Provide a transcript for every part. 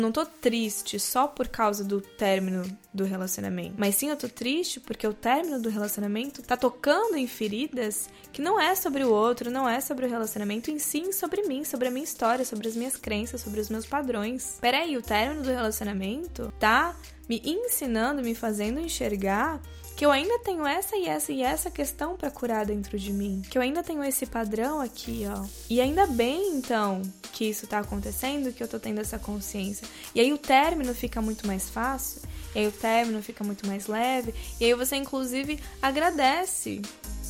Não tô triste só por causa do término do relacionamento, mas sim eu tô triste porque o término do relacionamento tá tocando em feridas que não é sobre o outro, não é sobre o relacionamento, em sim sobre mim, sobre a minha história, sobre as minhas crenças, sobre os meus padrões. Peraí, o término do relacionamento tá me ensinando, me fazendo enxergar que eu ainda tenho essa e essa questão pra curar dentro de mim. Que eu ainda tenho esse padrão aqui, ó. E ainda bem, então, que isso tá acontecendo, que eu tô tendo essa consciência. E aí o término fica muito mais fácil. E aí o término fica muito mais leve. E aí você, inclusive, agradece.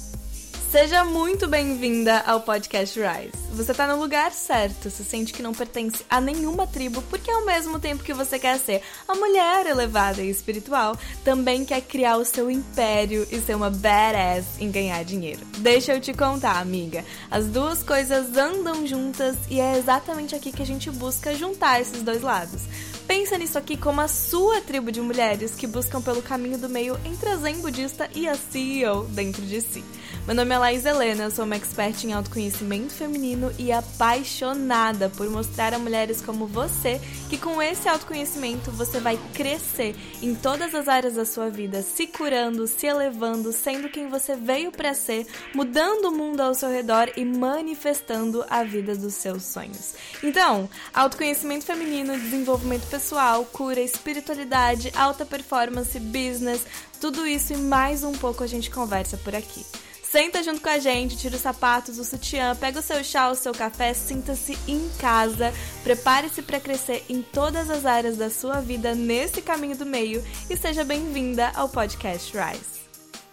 Seja muito bem-vinda ao podcast Rise. Você tá no lugar certo, se sente que não pertence a nenhuma tribo, porque ao mesmo tempo que você quer ser a mulher elevada e espiritual, também quer criar o seu império e ser uma badass em ganhar dinheiro. Deixa eu te contar, amiga. As duas coisas andam juntas e é exatamente aqui que a gente busca juntar esses dois lados. Pensa nisso aqui como a sua tribo de mulheres que buscam pelo caminho do meio entre a Zen budista e a CEO dentro de si. Meu nome é Laís Helena, eu sou uma expert em autoconhecimento feminino e apaixonada por mostrar a mulheres como você que com esse autoconhecimento você vai crescer em todas as áreas da sua vida, se curando, se elevando, sendo quem você veio para ser, mudando o mundo ao seu redor e manifestando a vida dos seus sonhos. Então, autoconhecimento feminino, desenvolvimento pessoal, cura, espiritualidade, alta performance, business, tudo isso e mais um pouco a gente conversa por aqui. Senta junto com a gente, tira os sapatos, o sutiã, pega o seu chá, o seu café, sinta-se em casa, prepare-se para crescer em todas as áreas da sua vida nesse caminho do meio e seja bem-vinda ao podcast Rise.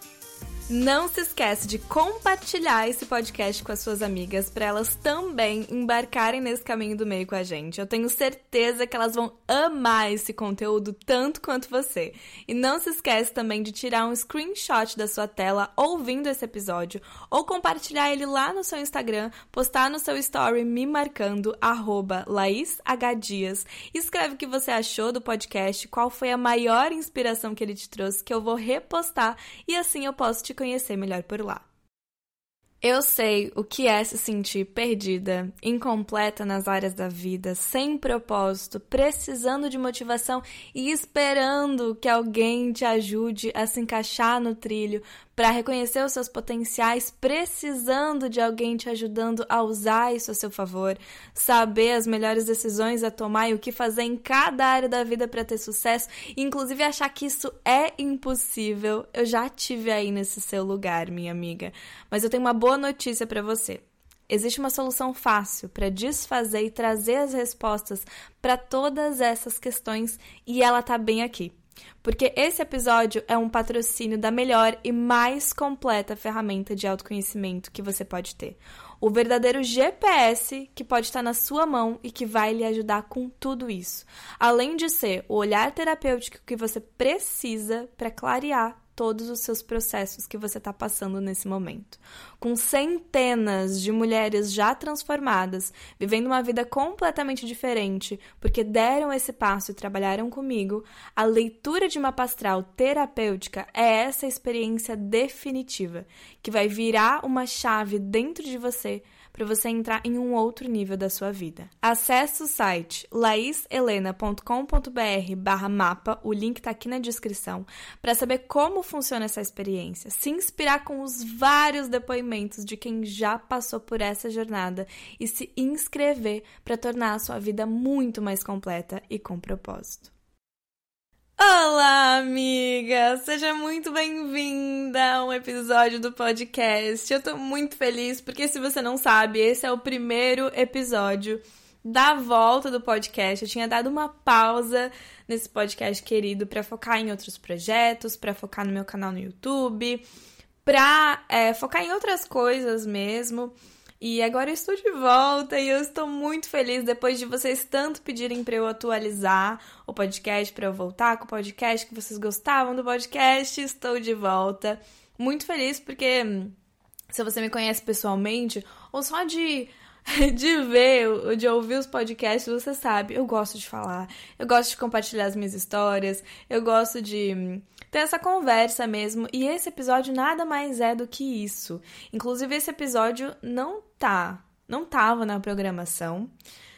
Não se esquece de compartilhar esse podcast com as suas amigas para elas também embarcarem nesse caminho do meio com a gente. Eu tenho certeza que elas vão amar esse conteúdo tanto quanto você. E não se esquece também de tirar um screenshot da sua tela ouvindo esse episódio ou compartilhar ele lá no seu Instagram, postar no seu story me marcando @LaísHDias. Escreve o que você achou do podcast, qual foi a maior inspiração que ele te trouxe, que eu vou repostar e assim eu posso te conhecer melhor por lá. Eu sei o que é se sentir perdida, incompleta nas áreas da vida, sem propósito, precisando de motivação e esperando que alguém te ajude a se encaixar no trilho, para reconhecer os seus potenciais, precisando de alguém te ajudando a usar isso a seu favor, saber as melhores decisões a tomar e o que fazer em cada área da vida para ter sucesso, e inclusive achar que isso é impossível. Eu já tive aí nesse seu lugar, minha amiga, mas eu tenho uma boa notícia para você. Existe uma solução fácil para desfazer e trazer as respostas para todas essas questões e ela tá bem aqui. Porque esse episódio é um patrocínio da melhor e mais completa ferramenta de autoconhecimento que você pode ter. O verdadeiro GPS que pode estar na sua mão e que vai lhe ajudar com tudo isso. Além de ser o olhar terapêutico que você precisa para clarear todos os seus processos que você está passando nesse momento. Com centenas de mulheres já transformadas, vivendo uma vida completamente diferente, porque deram esse passo e trabalharam comigo, a leitura de mapa astral terapêutica é essa experiência definitiva, que vai virar uma chave dentro de você para você entrar em um outro nível da sua vida. Acesse o site laishelena.com.br/mapa, o link está aqui na descrição, para saber como funciona essa experiência, se inspirar com os vários depoimentos de quem já passou por essa jornada e se inscrever para tornar a sua vida muito mais completa e com propósito. Olá, amiga! Seja muito bem-vinda a um episódio do podcast. Eu tô muito feliz porque, se você não sabe, esse é o primeiro episódio da volta do podcast. Eu tinha dado uma pausa nesse podcast querido para focar em outros projetos, para focar no meu canal no YouTube, para focar em outras coisas mesmo. E agora eu estou de volta e eu estou muito feliz depois de vocês tanto pedirem para eu atualizar o podcast, para eu voltar com o podcast, que vocês gostavam do podcast. Estou de volta. Muito feliz porque, se você me conhece pessoalmente, ou só de ver, de ouvir os podcasts, você sabe, eu gosto de falar, eu gosto de compartilhar as minhas histórias, eu gosto de ter essa conversa mesmo, e esse episódio nada mais é do que isso. Inclusive, esse episódio não tava na programação,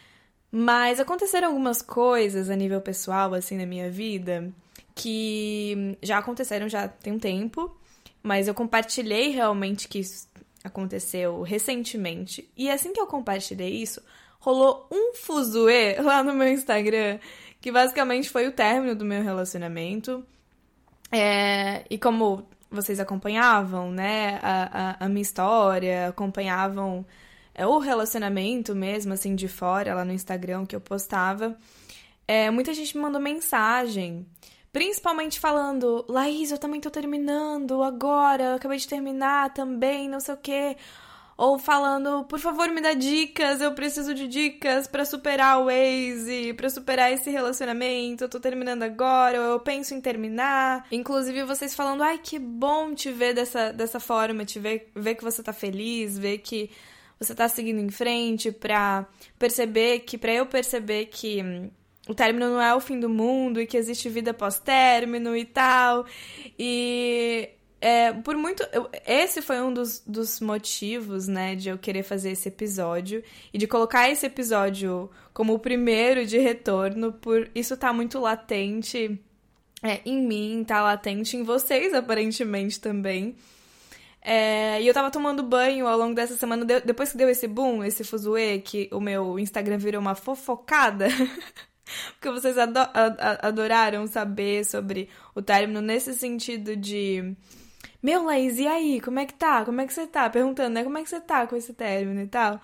Mas aconteceram algumas coisas a nível pessoal, assim, na minha vida, que já aconteceram já tem um tempo, mas eu compartilhei realmente que isso aconteceu recentemente. E assim que eu compartilhei isso, rolou um fuzuê lá no meu Instagram, que basicamente foi o término do meu relacionamento. E como vocês acompanhavam, né, a minha história, acompanhavam o relacionamento mesmo, assim, de fora, lá no Instagram que eu postava, muita gente me mandou mensagem, principalmente falando: Laís, eu também tô terminando agora, eu acabei de terminar também, não sei o quê. Ou falando: por favor, me dá dicas, eu preciso de dicas pra superar o ex e pra superar esse relacionamento, eu tô terminando agora, ou eu penso em terminar. Inclusive, vocês falando: ai, que bom te ver dessa forma, te ver que você tá feliz, ver que você tá seguindo em frente, pra eu perceber que o término não é o fim do mundo e que existe vida pós-término e tal. E esse foi um dos motivos, né, de eu querer fazer esse episódio e de colocar esse episódio como o primeiro de retorno, por isso tá muito latente em mim, tá latente em vocês, aparentemente, também. E eu tava tomando banho ao longo dessa semana, depois que deu esse boom, esse fuzuê, que o meu Instagram virou uma fofocada, porque vocês adoraram saber sobre o término nesse sentido de: meu, Laís, e aí? Como é que tá? Como é que você tá? Perguntando, né? Como é que você tá com esse término e tal?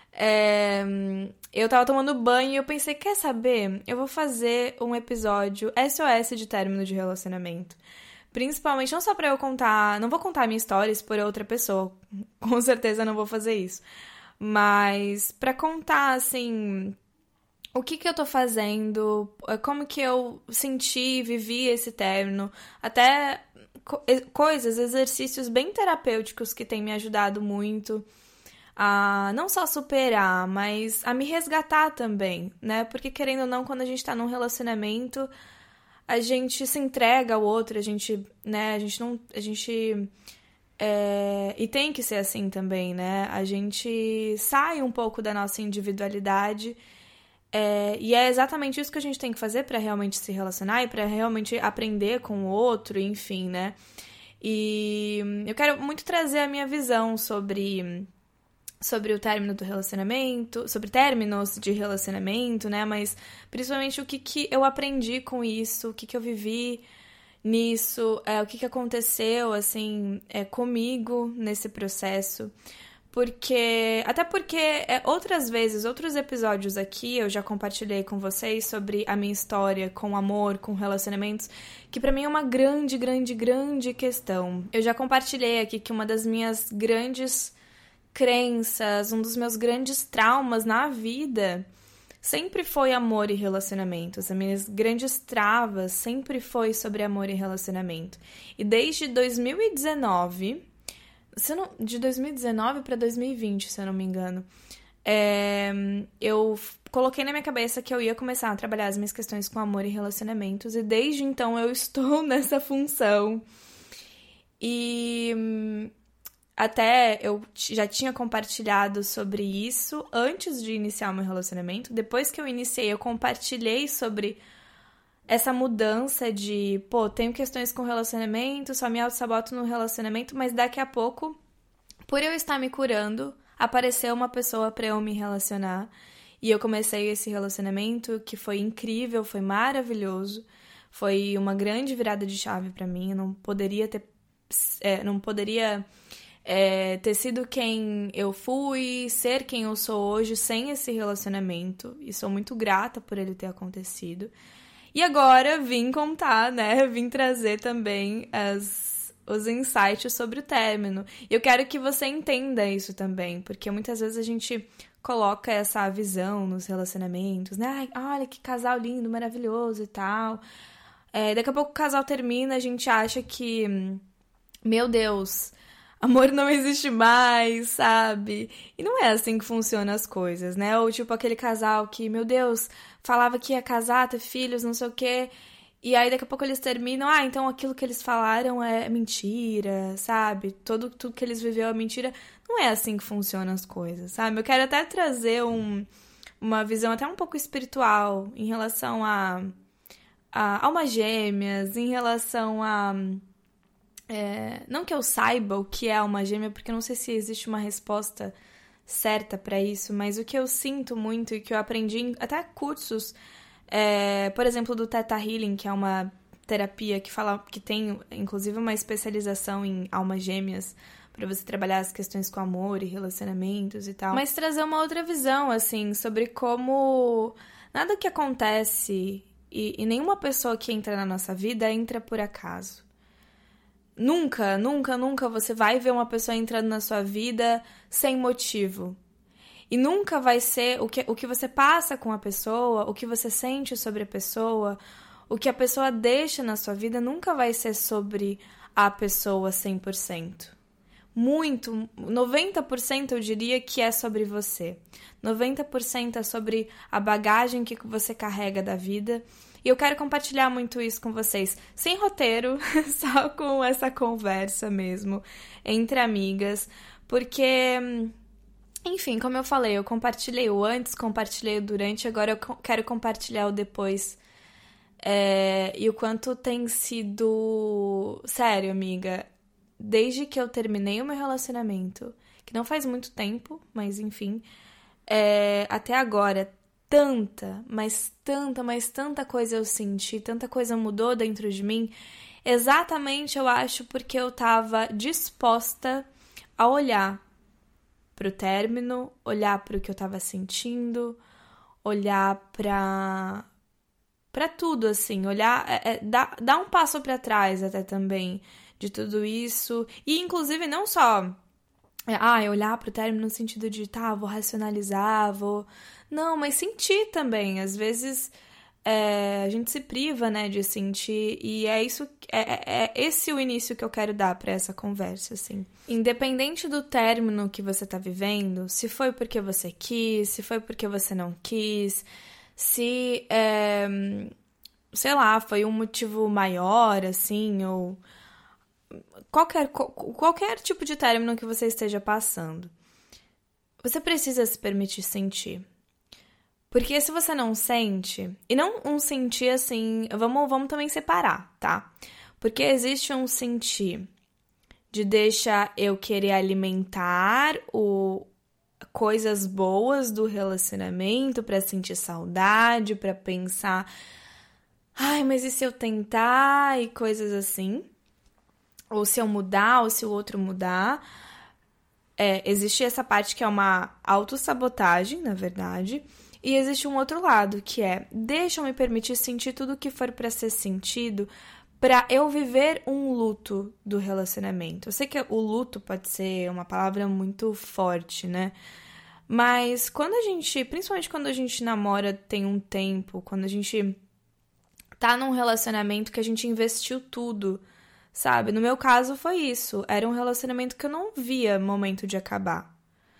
Eu tava tomando banho e eu pensei: quer saber? Eu vou fazer um episódio SOS de término de relacionamento. Principalmente, não só pra eu contar... Não vou contar minha história, expor a outra pessoa. Com certeza não vou fazer isso. Mas pra contar, assim... o que eu tô fazendo, como que eu senti, vivi esse término, até coisas, exercícios bem terapêuticos que têm me ajudado muito a não só superar, mas a me resgatar também, né? Porque, querendo ou não, quando a gente tá num relacionamento, a gente se entrega ao outro, a gente, né, e tem que ser assim também, né? A gente sai um pouco da nossa individualidade. E é exatamente isso que a gente tem que fazer pra realmente se relacionar e pra realmente aprender com o outro, enfim, né? E eu quero muito trazer a minha visão sobre o término do relacionamento, sobre términos de relacionamento, né? Mas principalmente o que eu aprendi com isso, o que eu vivi nisso, o que aconteceu, assim, comigo nesse processo. Até porque outras vezes, outros episódios aqui, eu já compartilhei com vocês sobre a minha história com amor, com relacionamentos, que pra mim é uma grande, grande, grande questão. Eu já compartilhei aqui que uma das minhas grandes crenças, um dos meus grandes traumas na vida sempre foi amor e relacionamentos. As minhas grandes travas sempre foi sobre amor e relacionamento. E desde 2019... de 2019 para 2020, se eu não me engano, eu coloquei na minha cabeça que eu ia começar a trabalhar as minhas questões com amor e relacionamentos, e desde então eu estou nessa função. E até eu já tinha compartilhado sobre isso antes de iniciar o meu relacionamento. Depois que eu iniciei, eu compartilhei sobre essa mudança de, tenho questões com relacionamento, só me auto-saboto no relacionamento, mas daqui a pouco, por eu estar me curando, apareceu uma pessoa pra eu me relacionar. E eu comecei esse relacionamento que foi incrível, foi maravilhoso, foi uma grande virada de chave pra mim. Eu não poderia ter sido quem eu fui, ser quem eu sou hoje sem esse relacionamento. E sou muito grata por ele ter acontecido. E agora vim contar, né? Vim trazer também os insights sobre o término. E eu quero que você entenda isso também, porque muitas vezes a gente coloca essa visão nos relacionamentos, né? Ai, olha que casal lindo, maravilhoso e tal. Daqui a pouco o casal termina, a gente acha que, meu Deus, amor não existe mais, sabe? E não é assim que funcionam as coisas, né? Ou tipo aquele casal que, meu Deus, falava que ia casar, ter filhos, não sei o quê. E aí daqui a pouco eles terminam, então aquilo que eles falaram é mentira, sabe? Tudo que eles viveram é mentira. Não é assim que funcionam as coisas, sabe? Eu quero até trazer uma visão até um pouco espiritual em relação a almas gêmeas, em relação a... não que eu saiba o que é alma gêmea, porque eu não sei se existe uma resposta certa para isso, mas o que eu sinto muito e que eu aprendi em até cursos, por exemplo, do Theta Healing, que é uma terapia que tem, inclusive, uma especialização em almas gêmeas, para você trabalhar as questões com amor e relacionamentos e tal. Mas trazer uma outra visão, assim, sobre como nada que acontece e nenhuma pessoa que entra na nossa vida entra por acaso. Nunca, nunca, nunca você vai ver uma pessoa entrando na sua vida sem motivo. E nunca vai ser o que você passa com a pessoa, o que você sente sobre a pessoa, o que a pessoa deixa na sua vida nunca vai ser sobre a pessoa 100%. Muito, 90% eu diria que é sobre você. 90% é sobre a bagagem que você carrega da vida. E eu quero compartilhar muito isso com vocês, sem roteiro, só com essa conversa mesmo, entre amigas, porque, enfim, como eu falei, eu compartilhei o antes, compartilhei o durante, agora eu quero compartilhar o depois. E o quanto tem sido... Sério, amiga, desde que eu terminei o meu relacionamento, que não faz muito tempo, mas enfim, até agora, tanta coisa eu senti, tanta coisa mudou dentro de mim, exatamente, eu acho, porque eu tava disposta a olhar pro término, olhar pro que eu tava sentindo, olhar pra tudo, assim, olhar, dar um passo pra trás até também de tudo isso, e inclusive não só olhar pro término no sentido de, vou racionalizar, não, mas sentir também, às vezes a gente se priva, né, de sentir, e é esse o início que eu quero dar pra essa conversa, assim. Independente do término que você tá vivendo, se foi porque você quis, se foi porque você não quis, se, sei lá, foi um motivo maior, assim, ou qualquer tipo de término que você esteja passando, você precisa se permitir sentir. Porque se você não sente, e não um sentir assim, vamos também separar, tá? Porque existe um sentir de deixa eu querer alimentar coisas boas do relacionamento, pra sentir saudade, pra pensar, mas e se eu tentar e coisas assim? Ou se eu mudar, ou se o outro mudar. Existe essa parte que é uma autossabotagem, na verdade, e existe um outro lado, que deixa eu me permitir sentir tudo o que for pra ser sentido, pra eu viver um luto do relacionamento. Eu sei que o luto pode ser uma palavra muito forte, né? Mas principalmente quando a gente namora tem um tempo, quando a gente tá num relacionamento que a gente investiu tudo, sabe? No meu caso foi isso. Era um relacionamento que eu não via momento de acabar.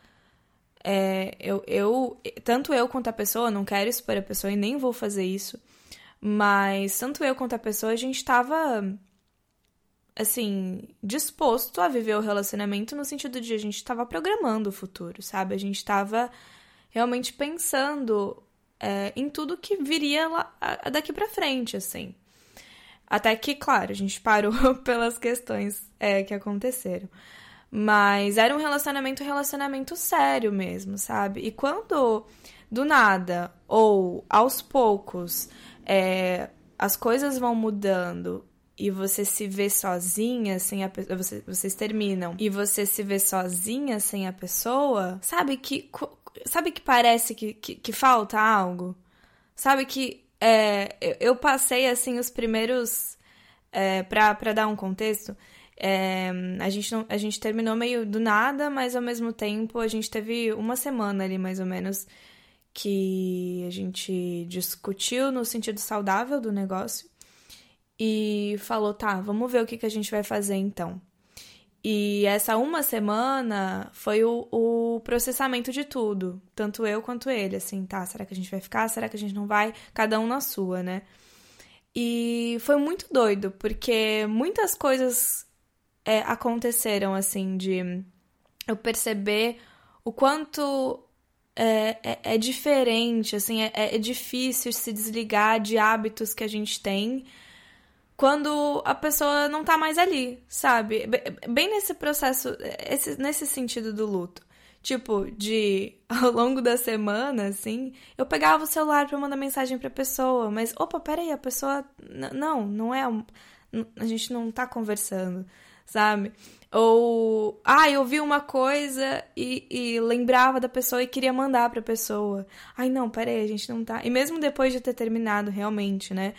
Tanto eu quanto a pessoa, não quero expor a pessoa e nem vou fazer isso, mas tanto eu quanto a pessoa, a gente tava, assim, disposto a viver o relacionamento no sentido de a gente tava programando o futuro, sabe? A gente tava realmente pensando em tudo que viria lá, daqui pra frente, assim. Até que, claro, a gente parou pelas questões que aconteceram. Mas era um relacionamento sério mesmo, sabe? E quando, do nada, ou aos poucos, as coisas vão mudando e você se vê sozinha sem a pessoa, vocês terminam, e você se vê sozinha sem a pessoa, sabe que parece que falta algo? Sabe que eu passei, assim, os primeiros... pra dar um contexto... a gente terminou meio do nada, mas ao mesmo tempo a gente teve uma semana ali, mais ou menos, que a gente discutiu no sentido saudável do negócio e falou, vamos ver o que a gente vai fazer então. E essa uma semana foi o processamento de tudo, tanto eu quanto ele, assim, será que a gente vai ficar? Será que a gente não vai? Cada um na sua, né? E foi muito doido, porque muitas coisas aconteceram, assim, de eu perceber o quanto é diferente, assim, é difícil se desligar de hábitos que a gente tem quando a pessoa não tá mais ali, sabe? Bem nesse processo, nesse sentido do luto. Tipo, ao longo da semana, assim, eu pegava o celular pra mandar mensagem pra pessoa, mas, opa, peraí, a pessoa, não é, a gente não tá conversando, sabe? Ou, eu vi uma coisa e lembrava da pessoa e queria mandar pra pessoa. Ai, não, peraí, a gente não tá... E mesmo depois de ter terminado, realmente, né?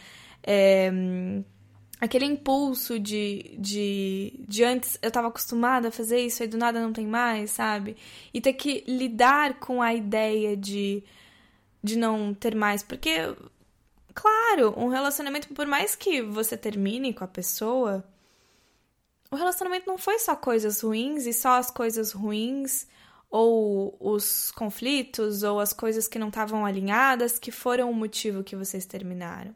Aquele impulso de antes eu tava acostumada a fazer isso, aí do nada não tem mais, sabe? E ter que lidar com a ideia de não ter mais. Porque, claro, um relacionamento, por mais que você termine com a pessoa... O relacionamento não foi só coisas ruins e só as coisas ruins ou os conflitos ou as coisas que não estavam alinhadas que foram o motivo que vocês terminaram.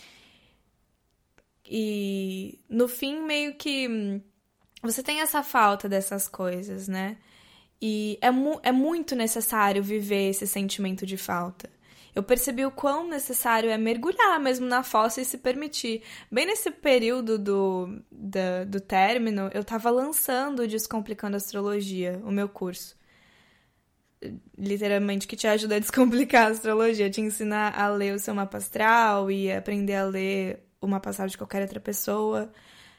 E no fim, meio que você tem essa falta dessas coisas, né? E é muito necessário viver esse sentimento de falta. Eu percebi o quão necessário é mergulhar mesmo na fossa e se permitir. Bem nesse período do término, eu tava lançando o Descomplicando Astrologia, o meu curso. Literalmente, que te ajuda a descomplicar a astrologia, te ensina a ler o seu mapa astral e aprender a ler o mapa astral de qualquer outra pessoa.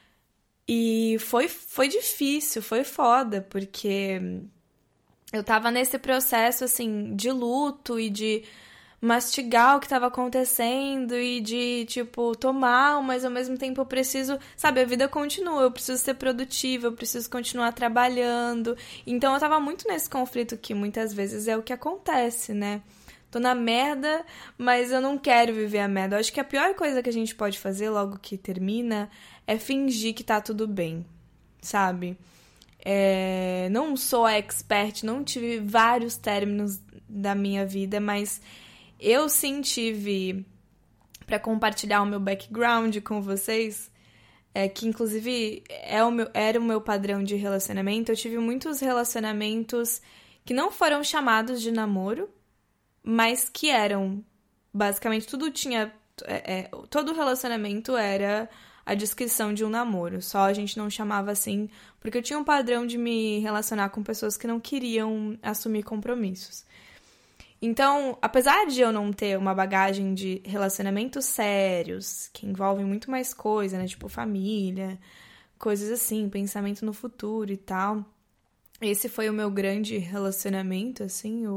E foi difícil, foi foda, porque eu tava nesse processo, assim, de luto e de mastigar o que estava acontecendo e de, tipo, tomar, mas ao mesmo tempo eu preciso, sabe, a vida continua, eu preciso ser produtiva, eu preciso continuar trabalhando. Então eu tava muito nesse conflito que muitas vezes é o que acontece, né? Tô na merda, mas eu não quero viver a merda. Eu acho que a pior coisa que a gente pode fazer logo que termina é fingir que tá tudo bem, sabe? Não sou a expert, não tive vários términos da minha vida, mas eu sim tive, para compartilhar o meu background com vocês, que inclusive era o meu padrão de relacionamento. Eu tive muitos relacionamentos que não foram chamados de namoro, mas que eram, basicamente, tudo tinha... todo relacionamento era a descrição de um namoro, só a gente não chamava assim, porque eu tinha um padrão de me relacionar com pessoas que não queriam assumir compromissos. Então, apesar de eu não ter uma bagagem de relacionamentos sérios, que envolvem muito mais coisa, né? Tipo família, coisas assim, pensamento no futuro e tal. Esse foi o meu grande relacionamento, assim,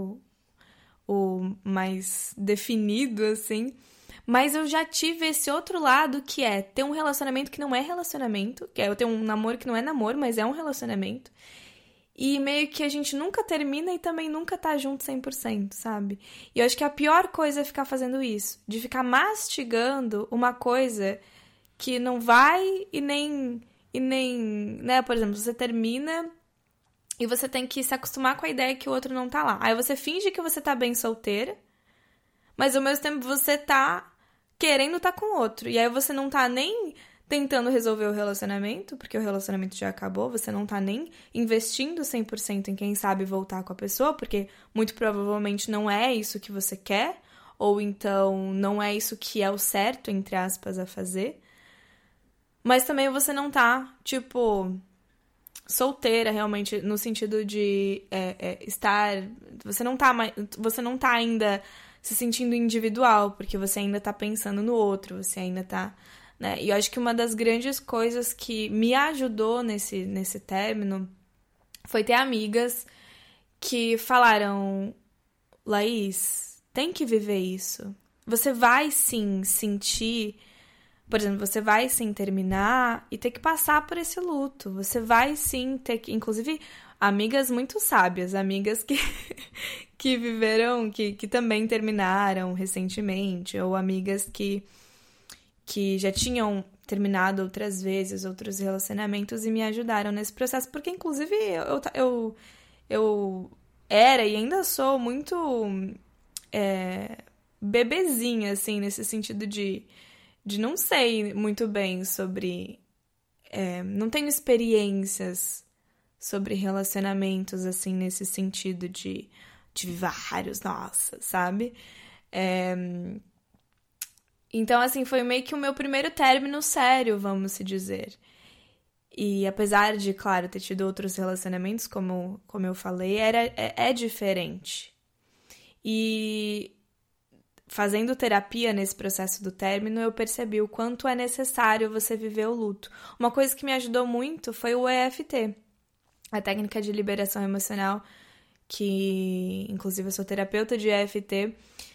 o mais definido, assim. Mas eu já tive esse outro lado que é ter um relacionamento que não é relacionamento, que é eu ter um namoro que não é namoro, mas é um relacionamento. E meio que a gente nunca termina e também nunca tá junto 100%, sabe? E eu acho que a pior coisa é ficar fazendo isso. De ficar mastigando uma coisa que não vai e nem... né? Por exemplo, você termina e você tem que se acostumar com a ideia que o outro não tá lá. Aí você finge que você tá bem solteira, mas ao mesmo tempo você tá querendo tá com o outro. E aí você não tá nem tentando resolver o relacionamento, porque o relacionamento já acabou, você não tá nem investindo 100% em quem sabe voltar com a pessoa, porque muito provavelmente não é isso que você quer, ou então não é isso que é o certo, entre aspas, a fazer. Mas também você não tá, tipo, solteira realmente, no sentido de estar... Você não tá ainda se sentindo individual, porque você ainda tá pensando no outro, você ainda tá... Né? E eu acho que uma das grandes coisas que me ajudou nesse término foi ter amigas que falaram: Laís, tem que viver isso. Você vai sim sentir, por exemplo, você vai sim terminar e ter que passar por esse luto. Você vai sim ter que, inclusive, amigas muito sábias, amigas que viveram, que também terminaram recentemente, ou amigas que já tinham terminado outras vezes, outros relacionamentos e me ajudaram nesse processo, porque inclusive eu era e ainda sou muito bebezinha, assim, nesse sentido de não sei muito bem sobre... não tenho experiências sobre relacionamentos, assim, nesse sentido de tive vários, nossa, sabe? Então, assim, foi meio que o meu primeiro término sério, vamos se dizer. E apesar de, claro, ter tido outros relacionamentos, como eu falei, é diferente. E fazendo terapia nesse processo do término, eu percebi o quanto é necessário você viver o luto. Uma coisa que me ajudou muito foi o EFT, a técnica de liberação emocional, que inclusive eu sou terapeuta de EFT,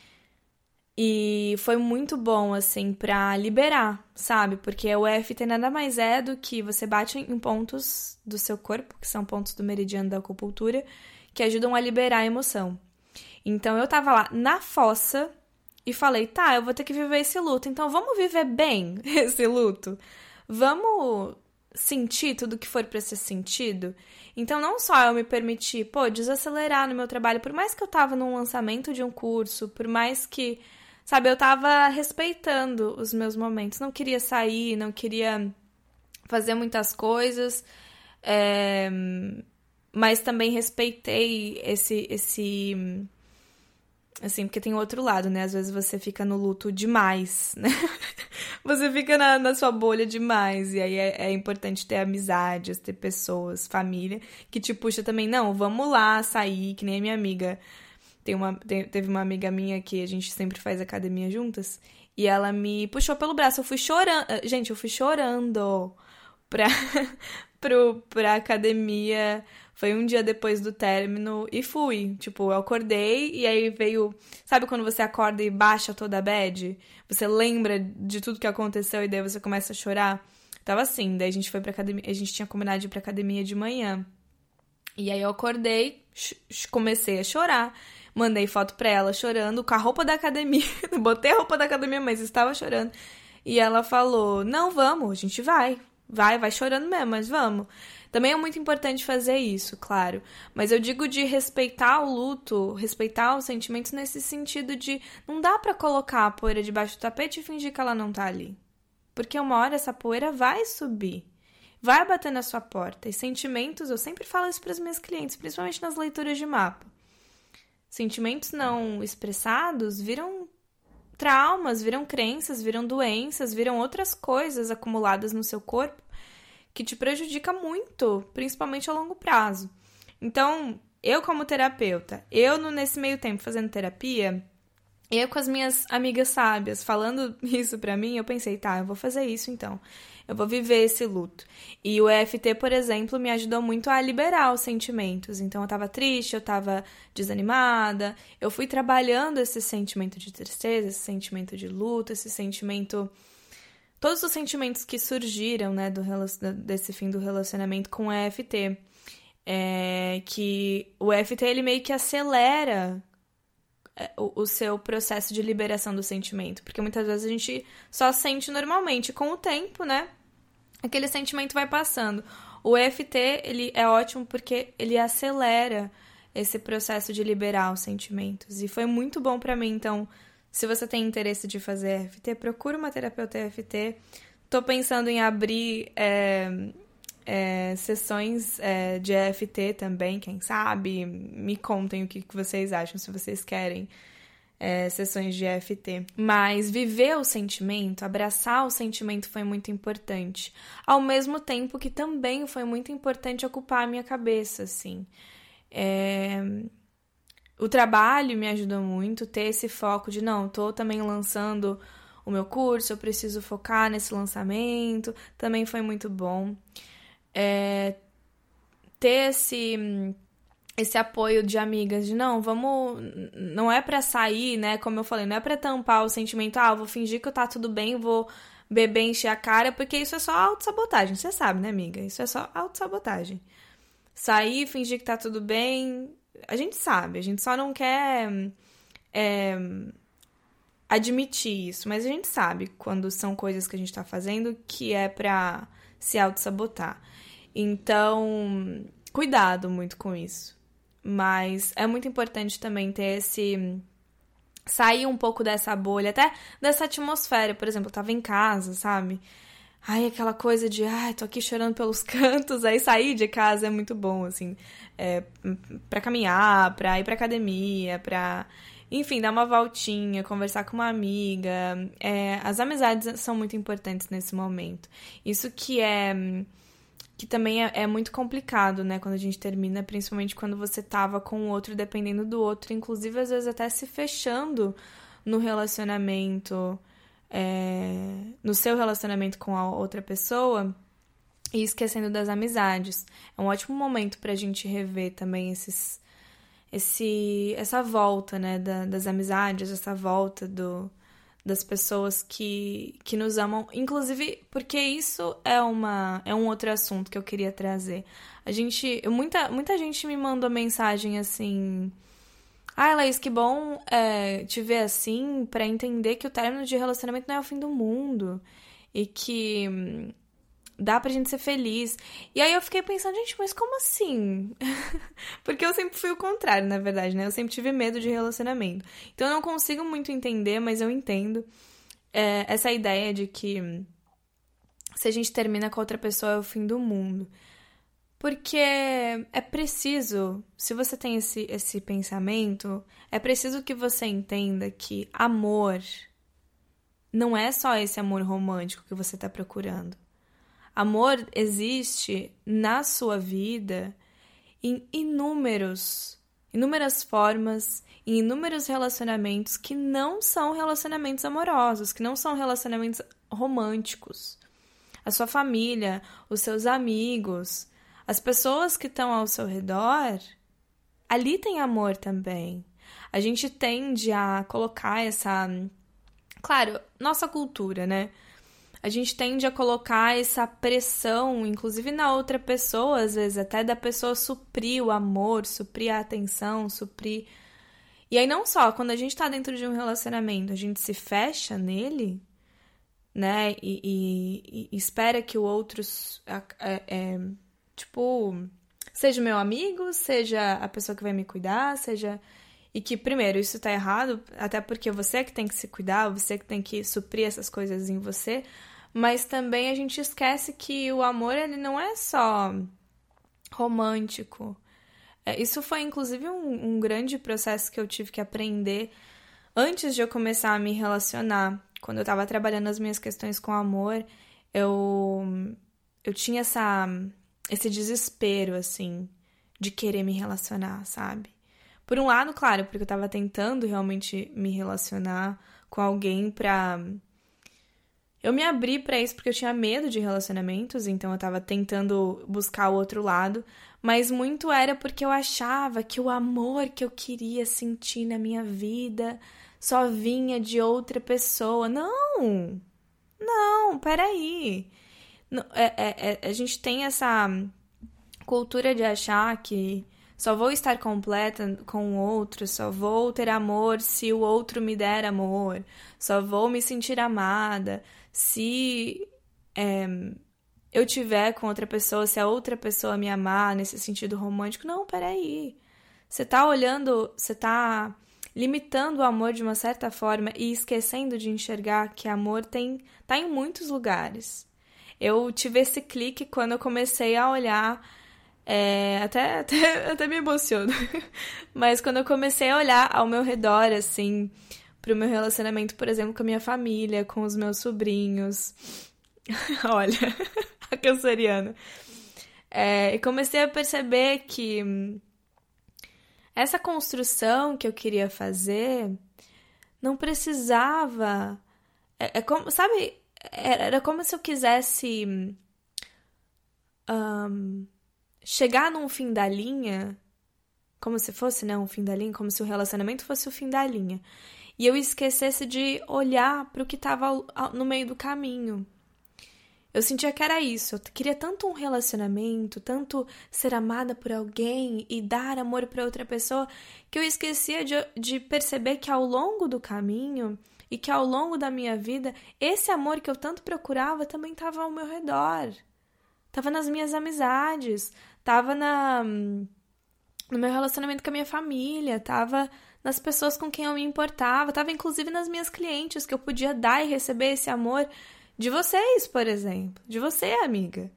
e foi muito bom, assim, pra liberar, sabe? Porque o EFT nada mais é do que você bate em pontos do seu corpo, que são pontos do meridiano da acupuntura, que ajudam a liberar a emoção. Então, eu tava lá na fossa e falei, tá, eu vou ter que viver esse luto, então vamos viver bem esse luto? Vamos sentir tudo que for pra ser sentido? Então, não só eu me permiti, desacelerar no meu trabalho, por mais que eu tava num lançamento de um curso, por mais que, sabe, eu tava respeitando os meus momentos, não queria sair, não queria fazer muitas coisas, mas também respeitei esse assim, porque tem outro lado, né? Às vezes você fica no luto demais, né? Você fica na sua bolha demais. E aí é importante ter amizades, ter pessoas, família, que te puxa também. Não, vamos lá sair, que nem a minha amiga. Teve uma amiga minha que a gente sempre faz academia juntas. E ela me puxou pelo braço. Eu fui chorando. Gente, eu fui chorando pra academia. Foi um dia depois do término e fui. Tipo, eu acordei e aí veio... Sabe quando você acorda e baixa toda a bad? Você lembra de tudo que aconteceu e daí você começa a chorar? Tava assim, daí a gente foi pra academia... A gente tinha combinado de ir pra academia de manhã. E aí eu acordei, comecei a chorar. Mandei foto pra ela chorando com a roupa da academia. Botei a roupa da academia, mas estava chorando. E ela falou, não, vamos, a gente vai. Vai chorando mesmo, mas vamos. Também é muito importante fazer isso, claro. Mas eu digo de respeitar o luto, respeitar os sentimentos nesse sentido de não dá pra colocar a poeira debaixo do tapete e fingir que ela não tá ali. Porque uma hora essa poeira vai subir. Vai bater na sua porta. E sentimentos, eu sempre falo isso pras minhas clientes, principalmente nas leituras de mapa. Sentimentos não expressados viram traumas, viram crenças, viram doenças, viram outras coisas acumuladas no seu corpo que te prejudica muito, principalmente a longo prazo. Então, eu como terapeuta, nesse meio tempo fazendo terapia, eu com as minhas amigas sábias falando isso pra mim, eu pensei, tá, eu vou fazer isso então. Eu vou viver esse luto. E o EFT, por exemplo, me ajudou muito a liberar os sentimentos. Então, eu tava triste, eu tava desanimada. Eu fui trabalhando esse sentimento de tristeza, esse sentimento de luto, esse sentimento... Todos os sentimentos que surgiram, né, desse fim do relacionamento com o EFT. Que o EFT, ele meio que acelera o seu processo de liberação do sentimento. Porque muitas vezes a gente só sente normalmente. Com o tempo, né, aquele sentimento vai passando. O EFT, ele é ótimo porque ele acelera esse processo de liberar os sentimentos. E foi muito bom pra mim, então... Se você tem interesse de fazer EFT, procura uma terapeuta EFT. Tô pensando em abrir sessões de EFT também, quem sabe? Me contem o que vocês acham, se vocês querem sessões de EFT. Mas viver o sentimento, abraçar o sentimento foi muito importante. Ao mesmo tempo que também foi muito importante ocupar a minha cabeça, assim. O trabalho me ajudou muito, ter esse foco de, não, tô também lançando o meu curso, eu preciso focar nesse lançamento, também foi muito bom. Ter esse apoio de amigas, de, não, vamos, não é pra sair, né, como eu falei, não é pra tampar o sentimento, eu vou fingir que tá tudo bem, vou beber, encher a cara, porque isso é só autossabotagem, você sabe, né, amiga? Isso é só autossabotagem. Sair, fingir que tá tudo bem... A gente sabe, a gente só não quer admitir isso, mas a gente sabe quando são coisas que a gente tá fazendo que é pra se auto-sabotar. Então, cuidado muito com isso. Mas é muito importante também ter sair um pouco dessa bolha, até dessa atmosfera. Por exemplo, eu tava em casa, sabe? Ai, aquela coisa de, tô aqui chorando pelos cantos, aí sair de casa é muito bom, assim, pra caminhar, pra ir pra academia, pra, enfim, dar uma voltinha, conversar com uma amiga. As amizades são muito importantes nesse momento. Isso que também é muito complicado, né, quando a gente termina, principalmente quando você tava com o outro, dependendo do outro, inclusive às vezes até se fechando no relacionamento, no seu relacionamento com a outra pessoa e esquecendo das amizades. É um ótimo momento pra gente rever também essa volta, né, das amizades, essa volta das pessoas que nos amam, inclusive porque isso é um outro assunto que eu queria trazer. Muita gente me mandou mensagem assim: Laís, que bom te ver assim, pra entender que o término de relacionamento não é o fim do mundo e que dá pra gente ser feliz. E aí eu fiquei pensando, gente, mas como assim? Porque eu sempre fui o contrário, na verdade, né? Eu sempre tive medo de relacionamento. Então eu não consigo muito entender, mas eu entendo essa ideia de que se a gente termina com outra pessoa é o fim do mundo. Porque é preciso, se você tem esse pensamento, é preciso que você entenda que amor não é só esse amor romântico que você tá procurando. Amor existe na sua vida em inúmeras formas, em inúmeros relacionamentos que não são relacionamentos amorosos, que não são relacionamentos românticos. A sua família, os seus amigos, as pessoas que estão ao seu redor, ali tem amor também. A gente tende a colocar claro, nossa cultura, né? A gente tende a colocar essa pressão, inclusive na outra pessoa, às vezes, até da pessoa suprir o amor, suprir a atenção, suprir... E aí não só, quando a gente tá dentro de um relacionamento, a gente se fecha nele, né, e espera que o outro, seja meu amigo, seja a pessoa que vai me cuidar, seja... E que, primeiro, isso tá errado, até porque você é que tem que se cuidar, você que tem que suprir essas coisas em você, mas também a gente esquece que o amor, ele não é só romântico. Isso foi, inclusive, um grande processo que eu tive que aprender antes de eu começar a me relacionar. Quando eu tava trabalhando as minhas questões com amor, eu tinha esse desespero, assim, de querer me relacionar, sabe? Por um lado, claro, porque eu tava tentando realmente me relacionar com alguém pra... Eu me abri pra isso porque eu tinha medo de relacionamentos, então eu tava tentando buscar o outro lado, mas muito era porque eu achava que o amor que eu queria sentir na minha vida só vinha de outra pessoa. Não, peraí. A gente tem essa cultura de achar que só vou estar completa com o outro, só vou ter amor se o outro me der amor, só vou me sentir amada se eu tiver com outra pessoa, se a outra pessoa me amar nesse sentido romântico. Não, peraí. Você tá olhando, você tá limitando o amor de uma certa forma e esquecendo de enxergar que amor tá em muitos lugares. Eu tive esse clique quando eu comecei a olhar... até me emociono. Mas quando eu comecei a olhar ao meu redor, assim, pro meu relacionamento, por exemplo, com a minha família, com os meus sobrinhos. Olha, a canceriana. E comecei a perceber que essa construção que eu queria fazer não precisava... como, sabe? Era como se eu quisesse... chegar num fim da linha, como se fosse, né, um fim da linha, como se o relacionamento fosse o fim da linha. E eu esquecesse de olhar para o que estava no meio do caminho. Eu sentia que era isso. Eu queria tanto um relacionamento, tanto ser amada por alguém e dar amor para outra pessoa, que eu esquecia de perceber que ao longo do caminho e que ao longo da minha vida, esse amor que eu tanto procurava também estava ao meu redor. Tava nas minhas amizades, tava no meu relacionamento com a minha família, tava nas pessoas com quem eu me importava, tava inclusive nas minhas clientes, que eu podia dar e receber esse amor de vocês, por exemplo, de você, amiga.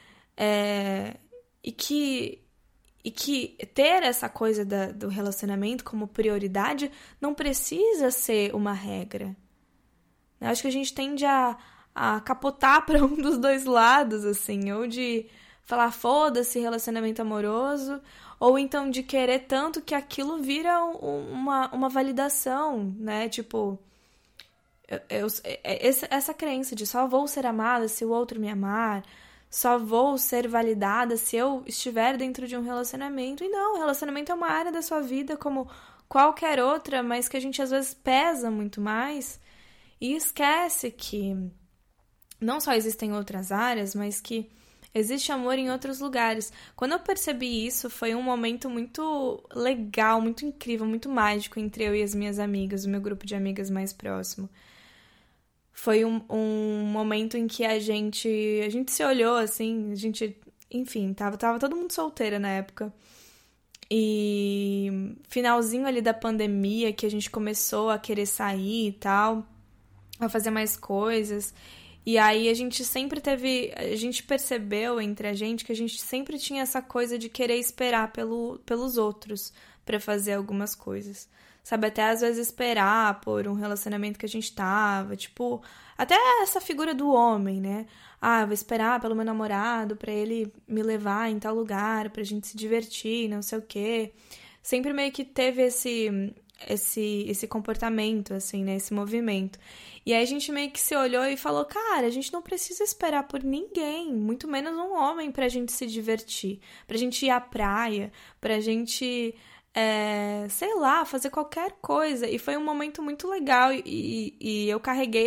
E que ter essa coisa do relacionamento como prioridade não precisa ser uma regra. Eu acho que a gente tende a capotar para um dos dois lados, assim, ou de falar foda-se relacionamento amoroso, ou então de querer tanto que aquilo vira uma validação, né? Tipo, essa crença de só vou ser amada se o outro me amar, só vou ser validada se eu estiver dentro de um relacionamento. E não, relacionamento é uma área da sua vida como qualquer outra, mas que a gente às vezes pesa muito mais e esquece que não só existem outras áreas, mas que existe amor em outros lugares. Quando eu percebi isso, foi um momento muito legal, muito incrível, muito mágico entre eu e as minhas amigas, o meu grupo de amigas mais próximo. Foi um momento em que a gente se olhou, assim, enfim, tava todo mundo solteira na época. E finalzinho ali da pandemia, que a gente começou a querer sair e tal, a fazer mais coisas. E aí a gente percebeu entre a gente que a gente sempre tinha essa coisa de querer esperar pelos outros pra fazer algumas coisas. Sabe, até às vezes esperar por um relacionamento que a gente tava, tipo, até essa figura do homem, né? Ah, vou esperar pelo meu namorado pra ele me levar em tal lugar, pra gente se divertir, não sei o quê. Sempre meio que teve esse comportamento, assim, né? Esse movimento. E aí a gente meio que se olhou e falou, cara, a gente não precisa esperar por ninguém, muito menos um homem pra gente se divertir, pra gente ir à praia, pra gente... sei lá, fazer qualquer coisa. E foi um momento muito legal e eu carreguei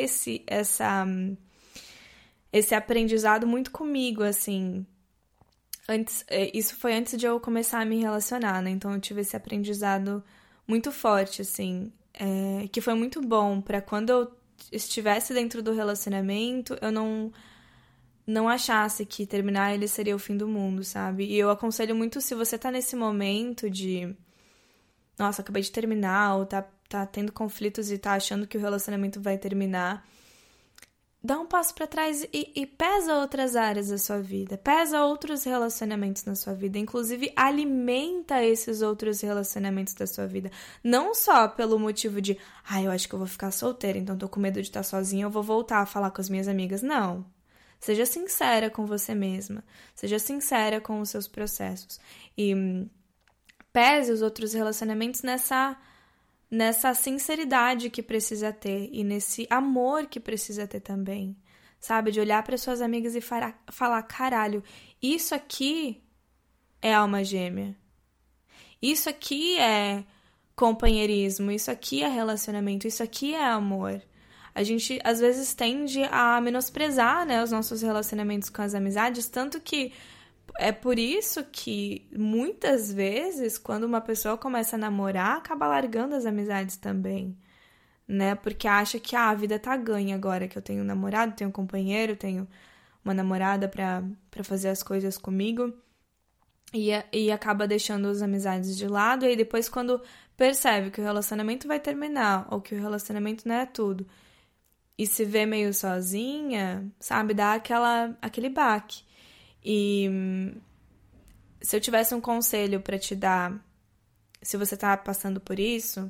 esse aprendizado muito comigo, assim. Isso foi antes de eu começar a me relacionar, né? Então eu tive esse aprendizado muito forte, assim, que foi muito bom pra quando eu estivesse dentro do relacionamento, eu não achasse que terminar ele seria o fim do mundo, sabe? E eu aconselho muito, se você tá nesse momento de nossa, acabei de terminar, ou tá tendo conflitos e tá achando que o relacionamento vai terminar, dá um passo pra trás e pesa outras áreas da sua vida, pesa outros relacionamentos na sua vida, inclusive alimenta esses outros relacionamentos da sua vida, não só pelo motivo de, eu acho que eu vou ficar solteira, então tô com medo de estar sozinha, eu vou voltar a falar com as minhas amigas, não. Seja sincera com você mesma, seja sincera com os seus processos e pese os outros relacionamentos nessa sinceridade que precisa ter e nesse amor que precisa ter também, sabe? De olhar para suas amigas e falar, caralho, isso aqui é alma gêmea. Isso aqui é companheirismo, isso aqui é relacionamento, isso aqui é amor. A gente, às vezes, tende a menosprezar, né, os nossos relacionamentos com as amizades, tanto que é por isso que, muitas vezes, quando uma pessoa começa a namorar, acaba largando as amizades também, né? Porque acha que a vida tá ganha agora, que eu tenho um namorado, tenho um companheiro, tenho uma namorada pra fazer as coisas comigo, e acaba deixando as amizades de lado, e aí depois, quando percebe que o relacionamento vai terminar, ou que o relacionamento não é tudo, e se vê meio sozinha, sabe? Dá aquele baque. E se eu tivesse um conselho pra te dar, se você tá passando por isso,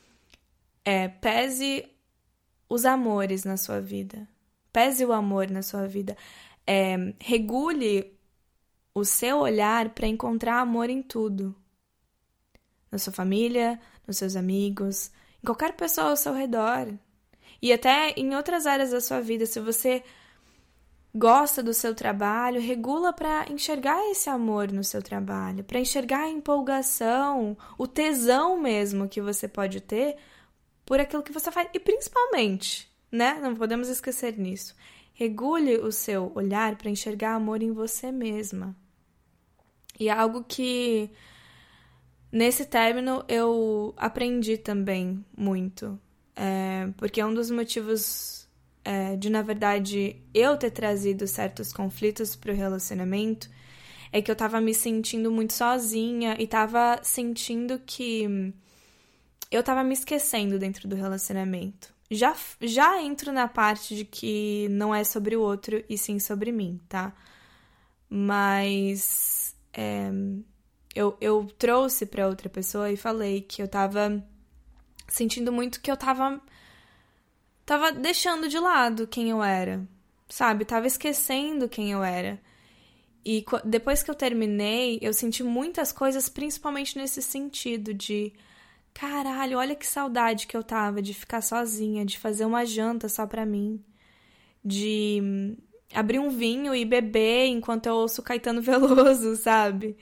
pese os amores na sua vida. Pese o amor na sua vida. Regule o seu olhar pra encontrar amor em tudo. Na sua família, nos seus amigos, em qualquer pessoa ao seu redor. E até em outras áreas da sua vida, se você gosta do seu trabalho, regula para enxergar esse amor no seu trabalho, para enxergar a empolgação, o tesão mesmo que você pode ter por aquilo que você faz. E principalmente, né? Não podemos esquecer nisso. Regule o seu olhar para enxergar amor em você mesma. E é algo que, nesse término, eu aprendi também muito. Porque um dos motivos de, na verdade, eu ter trazido certos conflitos pro relacionamento é que eu tava me sentindo muito sozinha e tava sentindo que eu tava me esquecendo dentro do relacionamento. já entro na parte de que não é sobre o outro e sim sobre mim, tá? Mas eu trouxe pra outra pessoa e falei que eu tava sentindo muito que eu tava deixando de lado quem eu era, sabe? Tava esquecendo quem eu era. E depois que eu terminei, eu senti muitas coisas, principalmente nesse sentido de... Caralho, olha que saudade que eu tava de ficar sozinha, de fazer uma janta só pra mim, de abrir um vinho e beber enquanto eu ouço Caetano Veloso, sabe?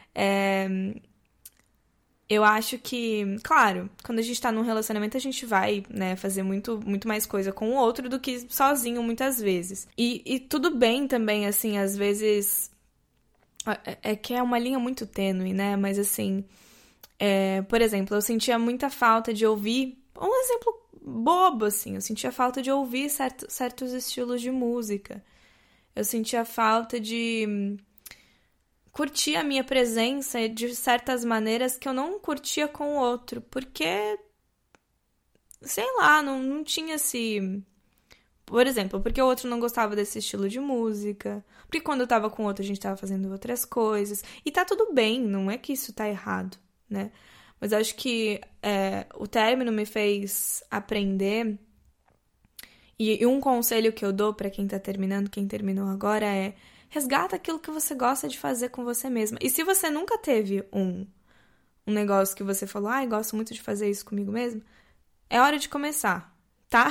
Eu acho que, claro, quando a gente tá num relacionamento, a gente vai, né, fazer muito, muito mais coisa com o outro do que sozinho, muitas vezes. E tudo bem também, assim, às vezes... É que é uma linha muito tênue, né? Mas, assim... por exemplo, eu sentia muita falta de ouvir... Um exemplo bobo, assim. Eu sentia falta de ouvir certos estilos de música. Eu sentia falta de curtir a minha presença de certas maneiras que eu não curtia com o outro. Porque, sei lá, não tinha esse... Por exemplo, porque o outro não gostava desse estilo de música. Porque quando eu tava com o outro, a gente tava fazendo outras coisas. E tá tudo bem, não é que isso tá errado, né? Mas eu acho que o término me fez aprender. E um conselho que eu dou pra quem tá terminando, quem terminou agora, é resgata aquilo que você gosta de fazer com você mesma. E se você nunca teve um negócio que você falou, gosto muito de fazer isso comigo mesmo, é hora de começar, tá?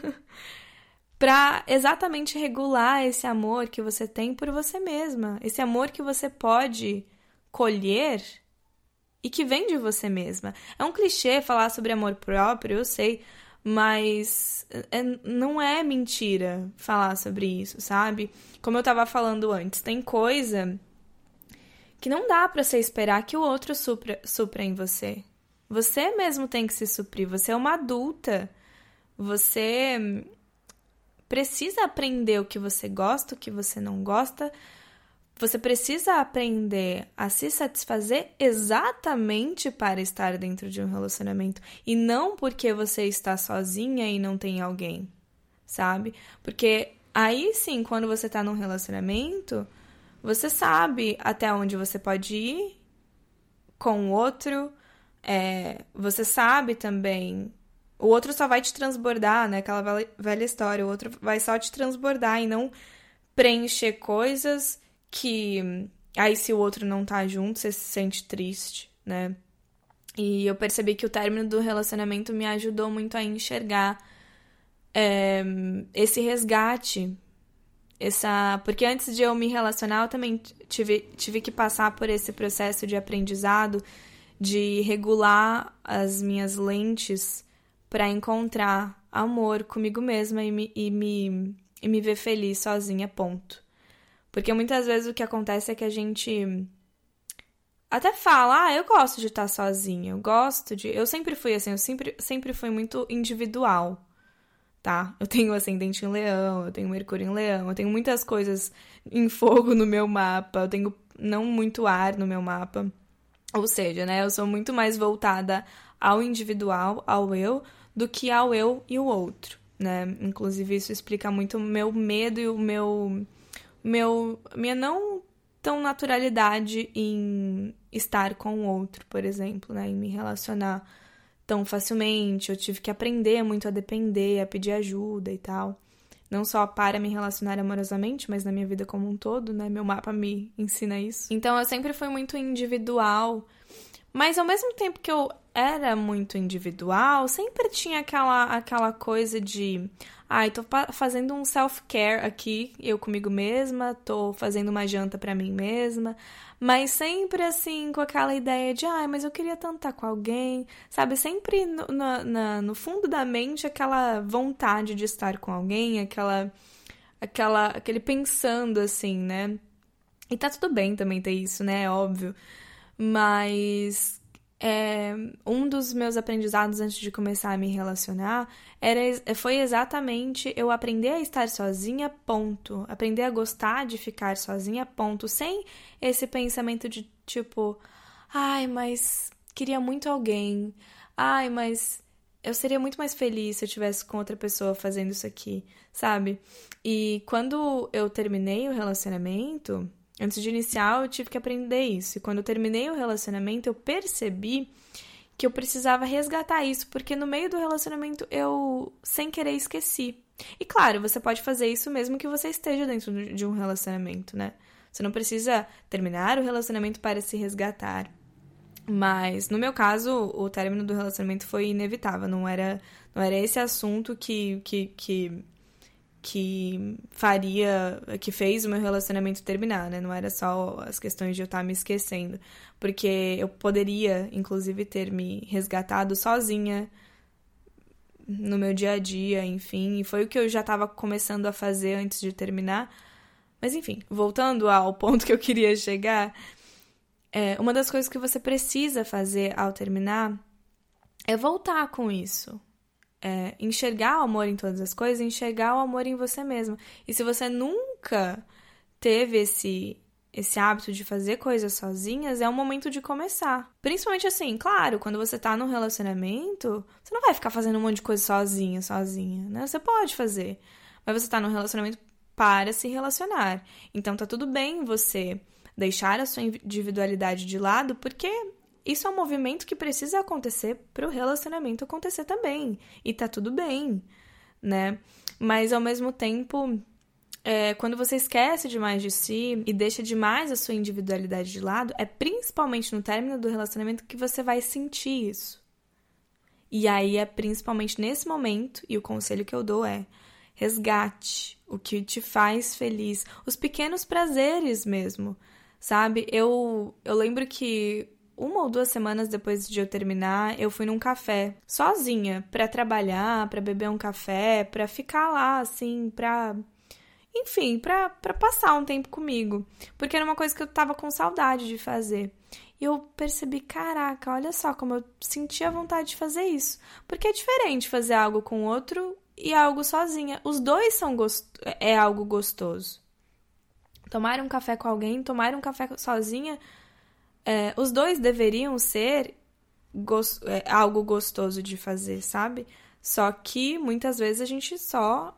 Pra exatamente regular esse amor que você tem por você mesma. Esse amor que você pode colher e que vem de você mesma. É um clichê falar sobre amor próprio, eu sei, mas não é mentira falar sobre isso, sabe? Como eu tava falando antes, tem coisa que não dá pra você esperar que o outro supra em você. Você mesmo tem que se suprir. Você é uma adulta. Você precisa aprender o que você gosta, o que você não gosta. Você precisa aprender a se satisfazer exatamente para estar dentro de um relacionamento. E não porque você está sozinha e não tem alguém, sabe? Porque aí sim, quando você está num relacionamento, você sabe até onde você pode ir com o outro. Você sabe também... O outro só vai te transbordar, né? Aquela velha história. O outro vai só te transbordar e não preencher coisas que... Aí, se o outro não tá junto, você se sente triste, né? E eu percebi que o término do relacionamento me ajudou muito a enxergar esse resgate. Porque antes de eu me relacionar, eu também tive que passar por esse processo de aprendizado, de regular as minhas lentes para encontrar amor comigo mesma e me ver feliz sozinha, ponto. Porque muitas vezes o que acontece é que a gente até fala, eu gosto de estar sozinha, eu sempre fui assim, eu sempre fui muito individual, tá? Eu tenho ascendente em leão, eu tenho Mercúrio em leão, eu tenho muitas coisas em fogo no meu mapa, eu tenho não muito ar no meu mapa. Ou seja, né, eu sou muito mais voltada ao individual, ao eu, do que ao eu e o outro, né? Inclusive, isso explica muito o meu medo e minha não tão naturalidade em estar com o outro, por exemplo, né? Em me relacionar tão facilmente. Eu tive que aprender muito a depender, a pedir ajuda e tal. Não só para me relacionar amorosamente, mas na minha vida como um todo, né? Meu mapa me ensina isso. Então, eu sempre fui muito individual. Mas, ao mesmo tempo que eu era muito individual, sempre tinha aquela coisa de... tô fazendo um self-care aqui, eu comigo mesma, tô fazendo uma janta pra mim mesma. Mas sempre, assim, com aquela ideia de... mas eu queria tanto estar com alguém, sabe? Sempre no fundo da mente, aquela vontade de estar com alguém, aquele pensando, assim, né? E tá tudo bem também ter isso, né? É óbvio. Mas um dos meus aprendizados antes de começar a me relacionar foi exatamente eu aprender a estar sozinha, ponto. Aprender a gostar de ficar sozinha, ponto. Sem esse pensamento de tipo, mas queria muito alguém. Mas eu seria muito mais feliz se eu estivesse com outra pessoa fazendo isso aqui, sabe? E quando eu terminei o relacionamento, antes de iniciar, eu tive que aprender isso. E quando eu terminei o relacionamento, eu percebi que eu precisava resgatar isso, porque no meio do relacionamento eu, sem querer, esqueci. E claro, você pode fazer isso mesmo que você esteja dentro de um relacionamento, né? Você não precisa terminar o relacionamento para se resgatar. Mas, no meu caso, o término do relacionamento foi inevitável. Não era esse assunto que fez o meu relacionamento terminar, né? Não era só as questões de eu estar me esquecendo. Porque eu poderia, inclusive, ter me resgatado sozinha no meu dia a dia, enfim. E foi o que eu já estava começando a fazer antes de terminar. Mas, enfim, voltando ao ponto que eu queria chegar, uma das coisas que você precisa fazer ao terminar é voltar com isso. Enxergar o amor em todas as coisas, enxergar o amor em você mesmo. E se você nunca teve esse hábito de fazer coisas sozinhas, é o momento de começar. Principalmente assim, claro, quando você tá num relacionamento, você não vai ficar fazendo um monte de coisa sozinha, né? Você pode fazer, mas você tá num relacionamento para se relacionar. Então tá tudo bem você deixar a sua individualidade de lado, porque isso é um movimento que precisa acontecer para o relacionamento acontecer também. E tá tudo bem, né? Mas, ao mesmo tempo, quando você esquece demais de si e deixa demais a sua individualidade de lado, é principalmente no término do relacionamento que você vai sentir isso. E aí é principalmente nesse momento, e o conselho que eu dou é: resgate o que te faz feliz, os pequenos prazeres mesmo, sabe? Eu lembro que 1 ou 2 semanas depois de eu terminar, eu fui num café, sozinha, pra trabalhar, pra beber um café, pra ficar lá, assim, enfim, pra passar um tempo comigo. Porque era uma coisa que eu tava com saudade de fazer. E eu percebi, caraca, olha só como eu senti a vontade de fazer isso. Porque é diferente fazer algo com outro e algo sozinha. Os dois é algo gostoso. Tomar um café com alguém, tomar um café sozinha, os dois deveriam ser algo gostoso de fazer, sabe? Só que muitas vezes a gente só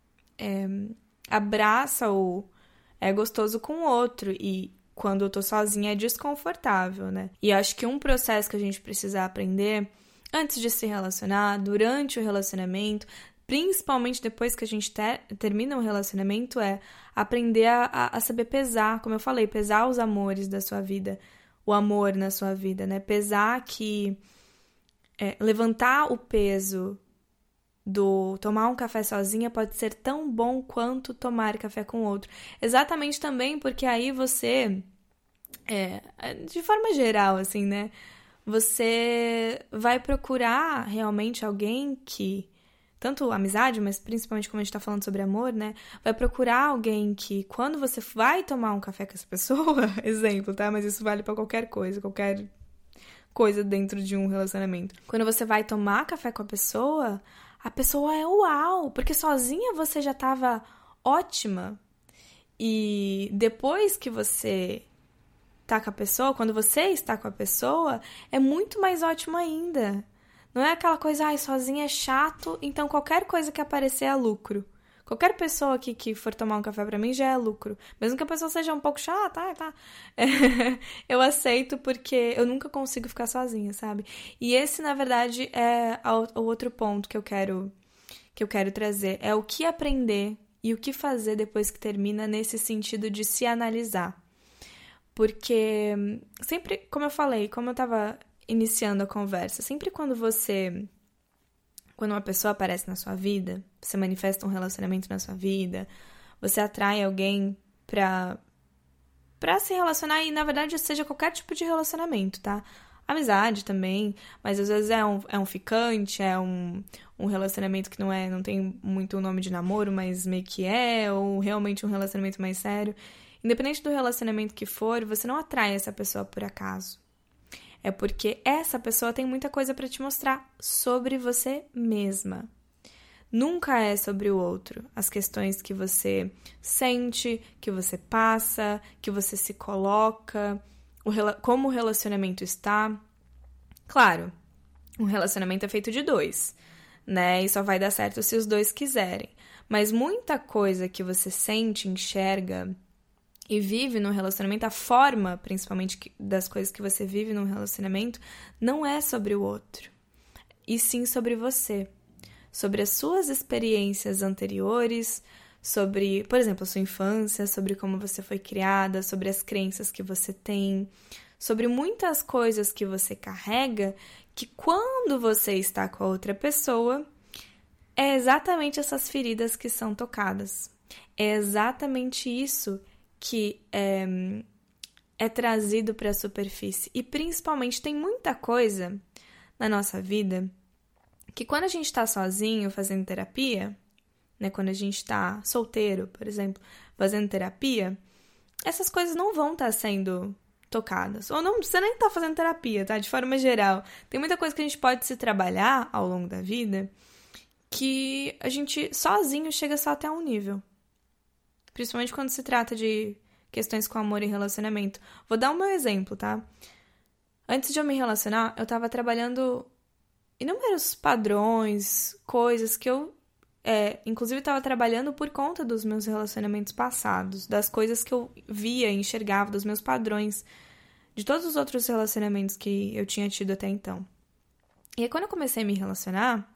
abraça ou é gostoso com o outro, e quando eu tô sozinha é desconfortável, né? E acho que um processo que a gente precisa aprender antes de se relacionar, durante o relacionamento, principalmente depois que a gente termina um relacionamento, é aprender a saber pesar, como eu falei, pesar os amores da sua vida, o amor na sua vida, né? Pesar que levantar o peso do tomar um café sozinha pode ser tão bom quanto tomar café com outro. Exatamente também porque aí você, de forma geral, assim, né? Você vai procurar realmente alguém que, tanto amizade, mas principalmente como a gente tá falando sobre amor, né? Vai procurar alguém que, quando você vai tomar um café com essa pessoa, exemplo, tá? Mas isso vale pra qualquer coisa dentro de um relacionamento. Quando você vai tomar café com a pessoa é uau, porque sozinha você já tava ótima. E depois que você tá com a pessoa, quando você está com a pessoa, é muito mais ótimo ainda. Não é aquela coisa, sozinha é chato, então qualquer coisa que aparecer é lucro. Qualquer pessoa que for tomar um café pra mim já é lucro. Mesmo que a pessoa seja um pouco chata, tá. Eu aceito porque eu nunca consigo ficar sozinha, sabe? E esse, na verdade, é o outro ponto que eu quero trazer. É o que aprender e o que fazer depois que termina, nesse sentido de se analisar. Porque sempre, como eu falei, como eu tava iniciando a conversa, sempre quando uma pessoa aparece na sua vida, você manifesta um relacionamento na sua vida, você atrai alguém pra se relacionar, e na verdade seja qualquer tipo de relacionamento, tá? Amizade também, mas às vezes é um ficante, é um relacionamento que não tem muito o nome de namoro, mas meio que ou realmente um relacionamento mais sério. Independente do relacionamento que for, você não atrai essa pessoa por acaso. É porque essa pessoa tem muita coisa pra te mostrar sobre você mesma. Nunca é sobre o outro. As questões que você sente, que você passa, que você se coloca, como o relacionamento está. Claro, Um relacionamento é feito de dois, né? E só vai dar certo se os dois quiserem. Mas muita coisa que você sente, enxerga e vive no relacionamento, a forma, principalmente, das coisas que você vive no relacionamento, não é sobre o outro, e sim sobre você. Sobre as suas experiências anteriores, sobre, por exemplo, a sua infância, sobre como você foi criada, sobre as crenças que você tem, sobre muitas coisas que você carrega, que quando você está com a outra pessoa, é exatamente essas feridas que são tocadas. É exatamente isso que é trazido para a superfície. E principalmente tem muita coisa na nossa vida que quando a gente está sozinho fazendo terapia, né, quando a gente está solteiro, por exemplo, fazendo terapia, essas coisas não vão estar sendo tocadas. Ou não precisa nem estar fazendo terapia, tá? De forma geral. Tem muita coisa que a gente pode se trabalhar ao longo da vida que a gente sozinho chega só até um nível. Principalmente quando se trata de questões com amor e relacionamento. Vou dar o meu exemplo, tá? Antes de eu me relacionar, eu tava trabalhando inúmeros padrões, coisas que eu, inclusive, estava trabalhando por conta dos meus relacionamentos passados, das coisas que eu via, enxergava, dos meus padrões, de todos os outros relacionamentos que eu tinha tido até então. E aí, quando eu comecei a me relacionar,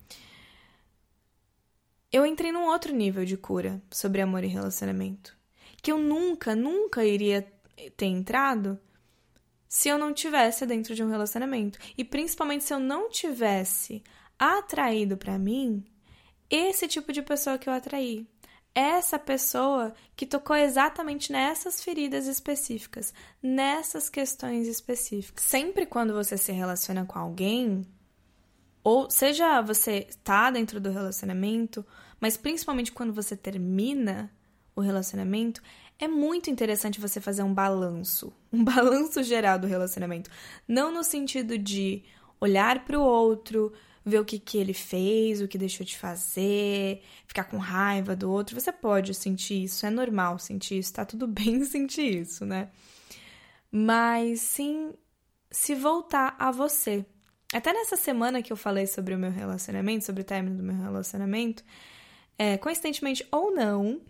eu entrei num outro nível de cura sobre amor e relacionamento, que eu nunca iria ter entrado se eu não tivesse dentro de um relacionamento. E principalmente se eu não tivesse atraído pra mim esse tipo de pessoa que eu atraí. Essa pessoa que tocou exatamente nessas feridas específicas, nessas questões específicas. Sempre quando você se relaciona com alguém, ou seja, você tá dentro do relacionamento, mas principalmente quando você termina o relacionamento, é muito interessante você fazer um balanço geral do relacionamento. Não no sentido de olhar para o outro, ver o que ele fez, o que deixou de fazer, ficar com raiva do outro. Você pode sentir isso, é normal sentir isso, tá tudo bem sentir isso, né? Mas sim se voltar a você. Até nessa semana que eu falei sobre o meu relacionamento, sobre o término do meu relacionamento, coincidentemente ou não,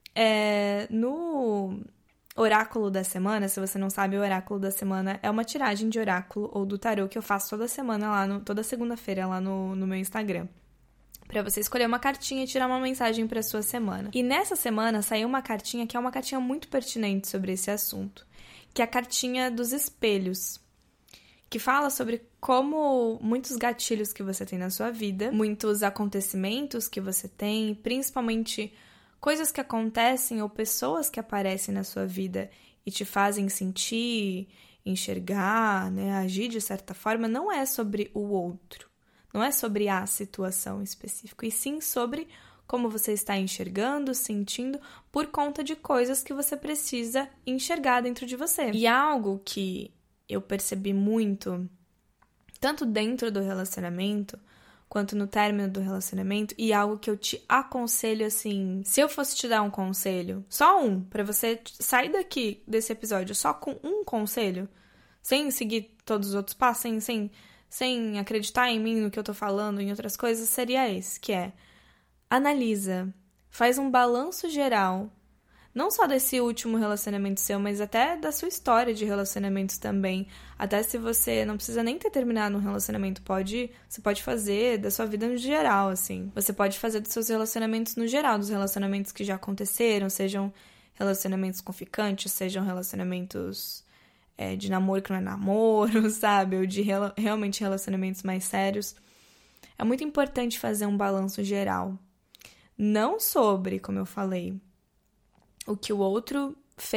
no oráculo da semana, se você não sabe, o oráculo da semana é uma tiragem de oráculo ou do tarô que eu faço toda semana lá, toda segunda-feira lá no meu Instagram. Pra você escolher uma cartinha e tirar uma mensagem pra sua semana. E nessa semana saiu uma cartinha que é uma cartinha muito pertinente sobre esse assunto, que é a cartinha dos espelhos, que fala sobre como muitos gatilhos que você tem na sua vida, muitos acontecimentos que você tem, principalmente coisas que acontecem ou pessoas que aparecem na sua vida e te fazem sentir, enxergar, né, agir de certa forma, não é sobre o outro, não é sobre a situação específica, e sim sobre como você está enxergando, sentindo, por conta de coisas que você precisa enxergar dentro de você. E algo que eu percebi muito, tanto dentro do relacionamento, quanto no término do relacionamento, e algo que eu te aconselho, assim, se eu fosse te dar um conselho, só um, pra você sair daqui desse episódio só com um conselho, sem seguir todos os outros passos, sem acreditar em mim, no que eu tô falando, em outras coisas, seria esse, que é: analisa, faz um balanço geral, não só desse último relacionamento seu, mas até da sua história de relacionamentos também. Até se você não precisa nem ter terminado um relacionamento, você pode fazer da sua vida no geral, assim. Você pode fazer dos seus relacionamentos no geral, dos relacionamentos que já aconteceram, sejam relacionamentos com ficantes, sejam relacionamentos de namoro que não é namoro, sabe? Ou de realmente relacionamentos mais sérios. É muito importante fazer um balanço geral. Não sobre, como eu falei, o que o outro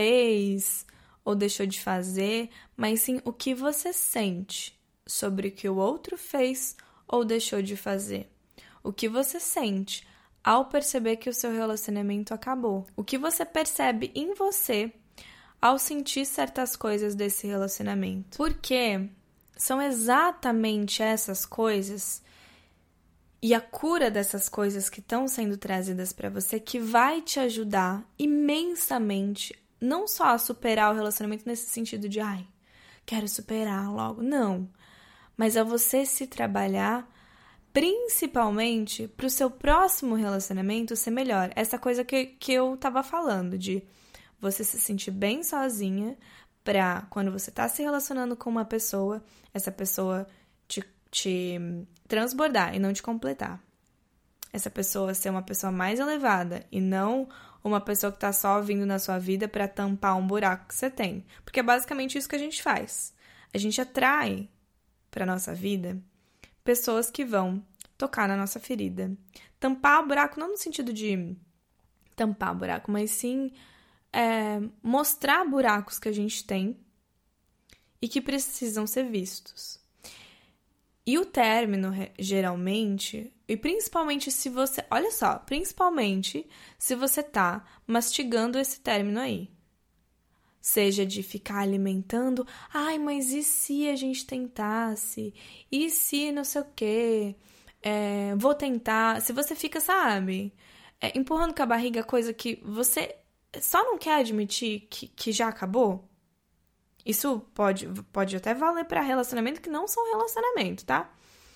fez ou deixou de fazer, mas sim o que você sente sobre o que o outro fez ou deixou de fazer. O que você sente ao perceber que o seu relacionamento acabou. O que você percebe em você ao sentir certas coisas desse relacionamento. Porque são exatamente essas coisas e a cura dessas coisas que estão sendo trazidas para você que vai te ajudar imensamente, não só a superar o relacionamento nesse sentido de, quero superar logo, não. mas é você se trabalhar principalmente para o seu próximo relacionamento ser melhor. Essa coisa que eu tava falando, de você se sentir bem sozinha pra quando você tá se relacionando com uma pessoa, essa pessoa te transbordar e não te completar. Essa pessoa ser uma pessoa mais elevada e não uma pessoa que tá só vindo na sua vida pra tampar um buraco que você tem. Porque é basicamente isso que a gente faz. A gente atrai pra nossa vida pessoas que vão tocar na nossa ferida. Tampar o buraco não no sentido de tampar o buraco, mas sim mostrar buracos que a gente tem e que precisam ser vistos. E o término, geralmente, e principalmente se você... Olha só, principalmente se você tá mastigando esse término aí. Seja de ficar alimentando, ai, mas e se a gente tentasse? E se não sei o quê? Vou tentar. Se você fica, sabe, empurrando com a barriga coisa que você só não quer admitir que já acabou. Isso pode até valer para relacionamento que não são relacionamento, tá?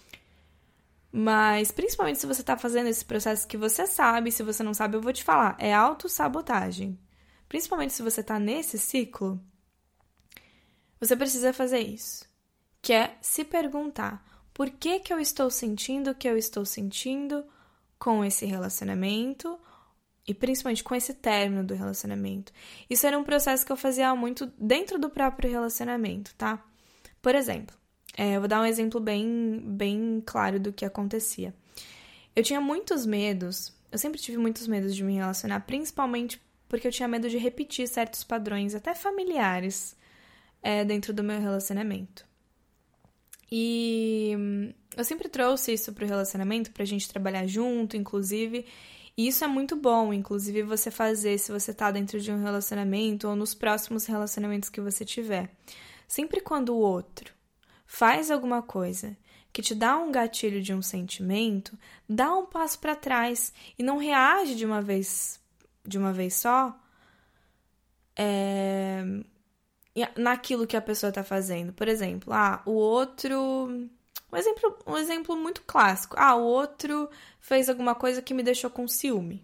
Mas, principalmente se você tá fazendo esse processo que você sabe, se você não sabe, eu vou te falar, é autossabotagem. Principalmente se você tá nesse ciclo, você precisa fazer isso. Que é se perguntar, por que eu estou sentindo o que eu estou sentindo com esse relacionamento e principalmente com esse término do relacionamento. Isso era um processo que eu fazia muito dentro do próprio relacionamento, tá? Por exemplo, eu vou dar um exemplo bem claro do que acontecia. Eu tinha muitos medos, eu sempre tive muitos medos de me relacionar, principalmente porque eu tinha medo de repetir certos padrões, até familiares, dentro do meu relacionamento. E eu sempre trouxe isso pro relacionamento, pra gente trabalhar junto, inclusive. E isso é muito bom, inclusive, você fazer se você tá dentro de um relacionamento ou nos próximos relacionamentos que você tiver. Sempre quando o outro faz alguma coisa que te dá um gatilho de um sentimento, dá um passo para trás e não reage de uma vez só naquilo que a pessoa tá fazendo. Por exemplo, o outro... Um exemplo muito clássico. O outro fez alguma coisa que me deixou com ciúme.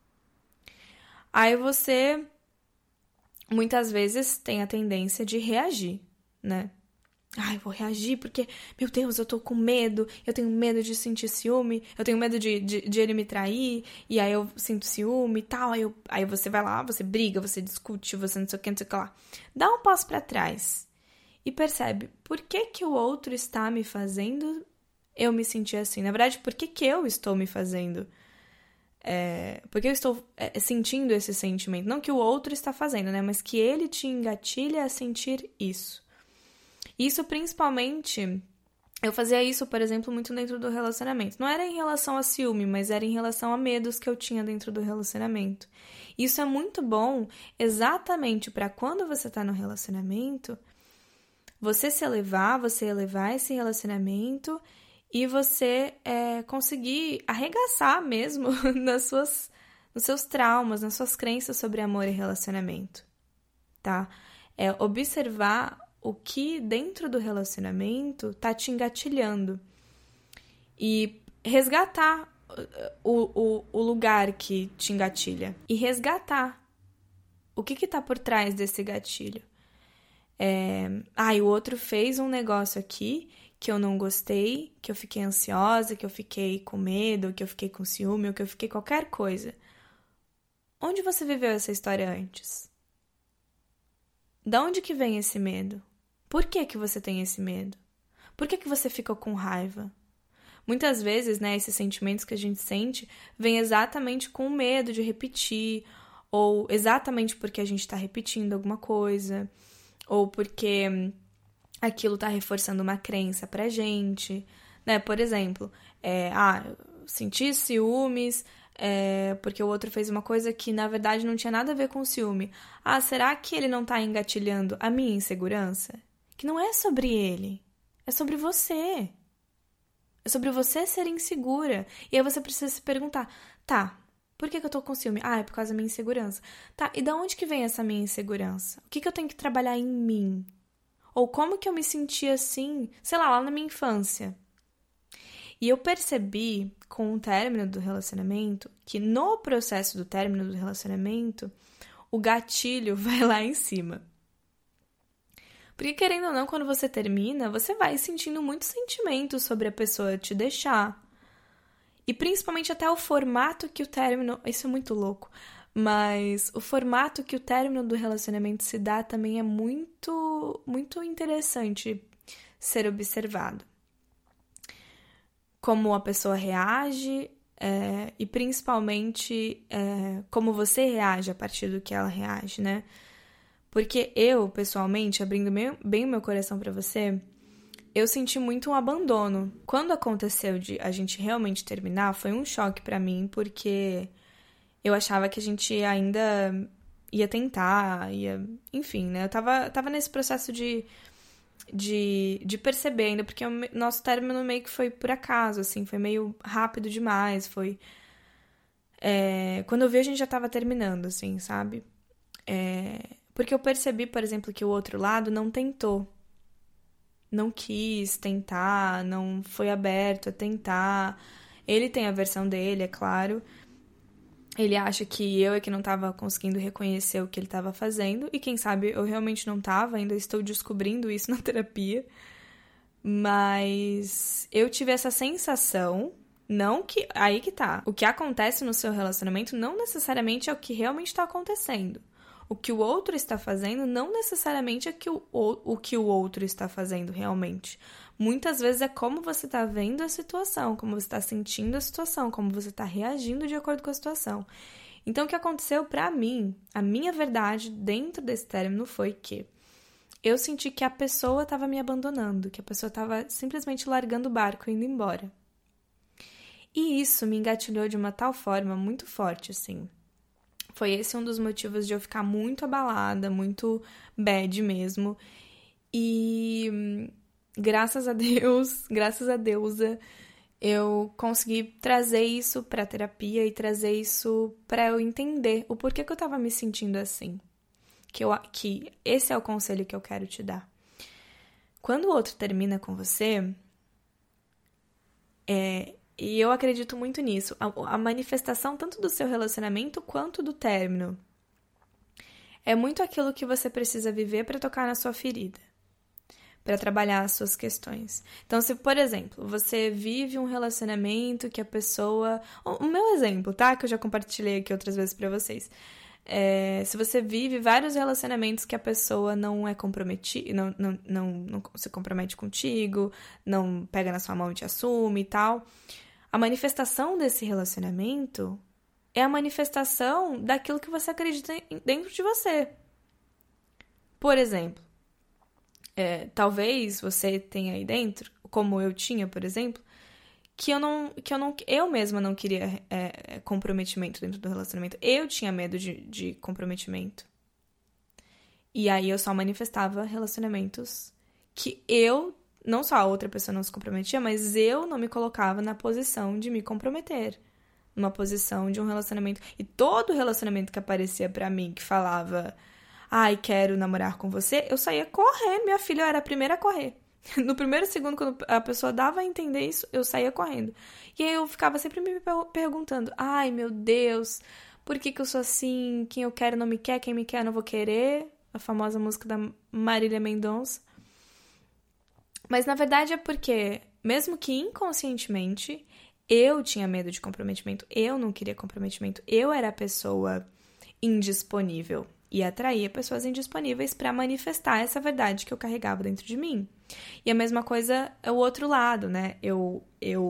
Aí você, muitas vezes, tem a tendência de reagir, né? Eu vou reagir porque, meu Deus, eu tô com medo, eu tenho medo de sentir ciúme, eu tenho medo de ele me trair, e aí eu sinto ciúme e tal, aí você vai lá, você briga, você discute, você não sei o que lá. Dá um passo pra trás e percebe por que o outro está me fazendo eu me sentir assim. Na verdade, por que eu estou me fazendo? Porque eu estou sentindo esse sentimento. Não que o outro está fazendo, né? Mas que ele te engatilha a sentir isso. Isso principalmente... Eu fazia isso, por exemplo, muito dentro do relacionamento. Não era em relação a ciúme, mas era em relação a medos que eu tinha dentro do relacionamento. Isso é muito bom exatamente para quando você está no relacionamento... Você se elevar, você elevar esse relacionamento e você conseguir arregaçar mesmo nos seus traumas, nas suas crenças sobre amor e relacionamento, tá? Observar o que dentro do relacionamento tá te engatilhando e resgatar o lugar que te engatilha e resgatar o que tá por trás desse gatilho. O outro fez um negócio aqui que eu não gostei, que eu fiquei ansiosa, que eu fiquei com medo, que eu fiquei com ciúme, ou que eu fiquei qualquer coisa. Onde você viveu essa história antes? Da onde que vem esse medo? Por que você tem esse medo? Por que você ficou com raiva? Muitas vezes, né, esses sentimentos que a gente sente vêm exatamente com medo de repetir, ou exatamente porque a gente está repetindo alguma coisa, ou porque aquilo tá reforçando uma crença pra gente, né? Por exemplo, sentir ciúmes porque o outro fez uma coisa que, na verdade, não tinha nada a ver com o ciúme. Será que ele não tá engatilhando a minha insegurança? Que não é sobre ele, é sobre você. É sobre você ser insegura. E aí você precisa se perguntar, por que eu tô com ciúme? É por causa da minha insegurança. E da onde que vem essa minha insegurança? O que eu tenho que trabalhar em mim? Ou como que eu me sentia assim, sei lá na minha infância. E eu percebi, com o término do relacionamento, que no processo do término do relacionamento, o gatilho vai lá em cima. Porque, querendo ou não, quando você termina, você vai sentindo muitos sentimentos sobre a pessoa te deixar. E principalmente até o formato que o término... Isso é muito louco. Mas o formato que o término do relacionamento se dá também é muito, muito interessante ser observado. Como a pessoa reage e principalmente como você reage a partir do que ela reage, né? Porque eu, pessoalmente, abrindo bem o meu coração pra você, eu senti muito um abandono. Quando aconteceu de a gente realmente terminar, foi um choque pra mim, porque eu achava que a gente ainda ia tentar, enfim, né? Eu tava nesse processo de perceber ainda, porque o nosso término meio que foi por acaso, assim, foi meio rápido demais, foi... quando eu vi, a gente já tava terminando, assim, sabe? Porque eu percebi, por exemplo, que o outro lado não tentou. Não quis tentar, não foi aberto a tentar. Ele tem a versão dele, é claro. Ele acha que eu é que não estava conseguindo reconhecer o que ele estava fazendo. E quem sabe eu realmente não estava, ainda estou descobrindo isso na terapia. Mas eu tive essa sensação, não que... Aí que tá. O que acontece no seu relacionamento não necessariamente é o que realmente está acontecendo. O que o outro está fazendo não necessariamente é o que o outro está fazendo realmente. Muitas vezes é como você está vendo a situação, como você está sentindo a situação, como você está reagindo de acordo com a situação. Então, o que aconteceu pra mim, a minha verdade dentro desse término foi que eu senti que a pessoa estava me abandonando, que a pessoa estava simplesmente largando o barco e indo embora. E isso me engatilhou de uma tal forma muito forte, assim. Foi esse um dos motivos de eu ficar muito abalada, muito bad mesmo. E graças a Deus, graças a deusa, eu consegui trazer isso pra terapia e trazer isso pra eu entender o porquê que eu tava me sentindo assim. Que esse é o conselho que eu quero te dar. Quando o outro termina com você, e eu acredito muito nisso, a manifestação tanto do seu relacionamento quanto do término é muito aquilo que você precisa viver para tocar na sua ferida, para trabalhar as suas questões. Então, se, por exemplo, você vive um relacionamento que a pessoa... O meu exemplo, tá? Que eu já compartilhei aqui outras vezes para vocês. Se você vive vários relacionamentos que a pessoa não é comprometida, não se compromete contigo, não pega na sua mão e te assume e tal, a manifestação desse relacionamento é a manifestação daquilo que você acredita dentro de você. Por exemplo, talvez você tenha aí dentro, como eu tinha, por exemplo, que eu mesma não queria comprometimento dentro do relacionamento. Eu tinha medo de comprometimento. E aí eu só manifestava relacionamentos que não só a outra pessoa não se comprometia, mas eu não me colocava na posição de me comprometer. Numa posição de um relacionamento. E todo relacionamento que aparecia pra mim, que falava, ai, quero namorar com você, eu saía correndo. Minha filha, eu era a primeira a correr. No primeiro segundo, quando a pessoa dava a entender isso, eu saía correndo. E aí eu ficava sempre me perguntando, ai, meu Deus, por que eu sou assim? Quem eu quero não me quer, quem me quer não vou querer. A famosa música da Marília Mendonça. Mas na verdade é porque, mesmo que inconscientemente, eu tinha medo de comprometimento, eu não queria comprometimento, eu era a pessoa indisponível e atraía pessoas indisponíveis para manifestar essa verdade que eu carregava dentro de mim. E a mesma coisa é o outro lado, né? Eu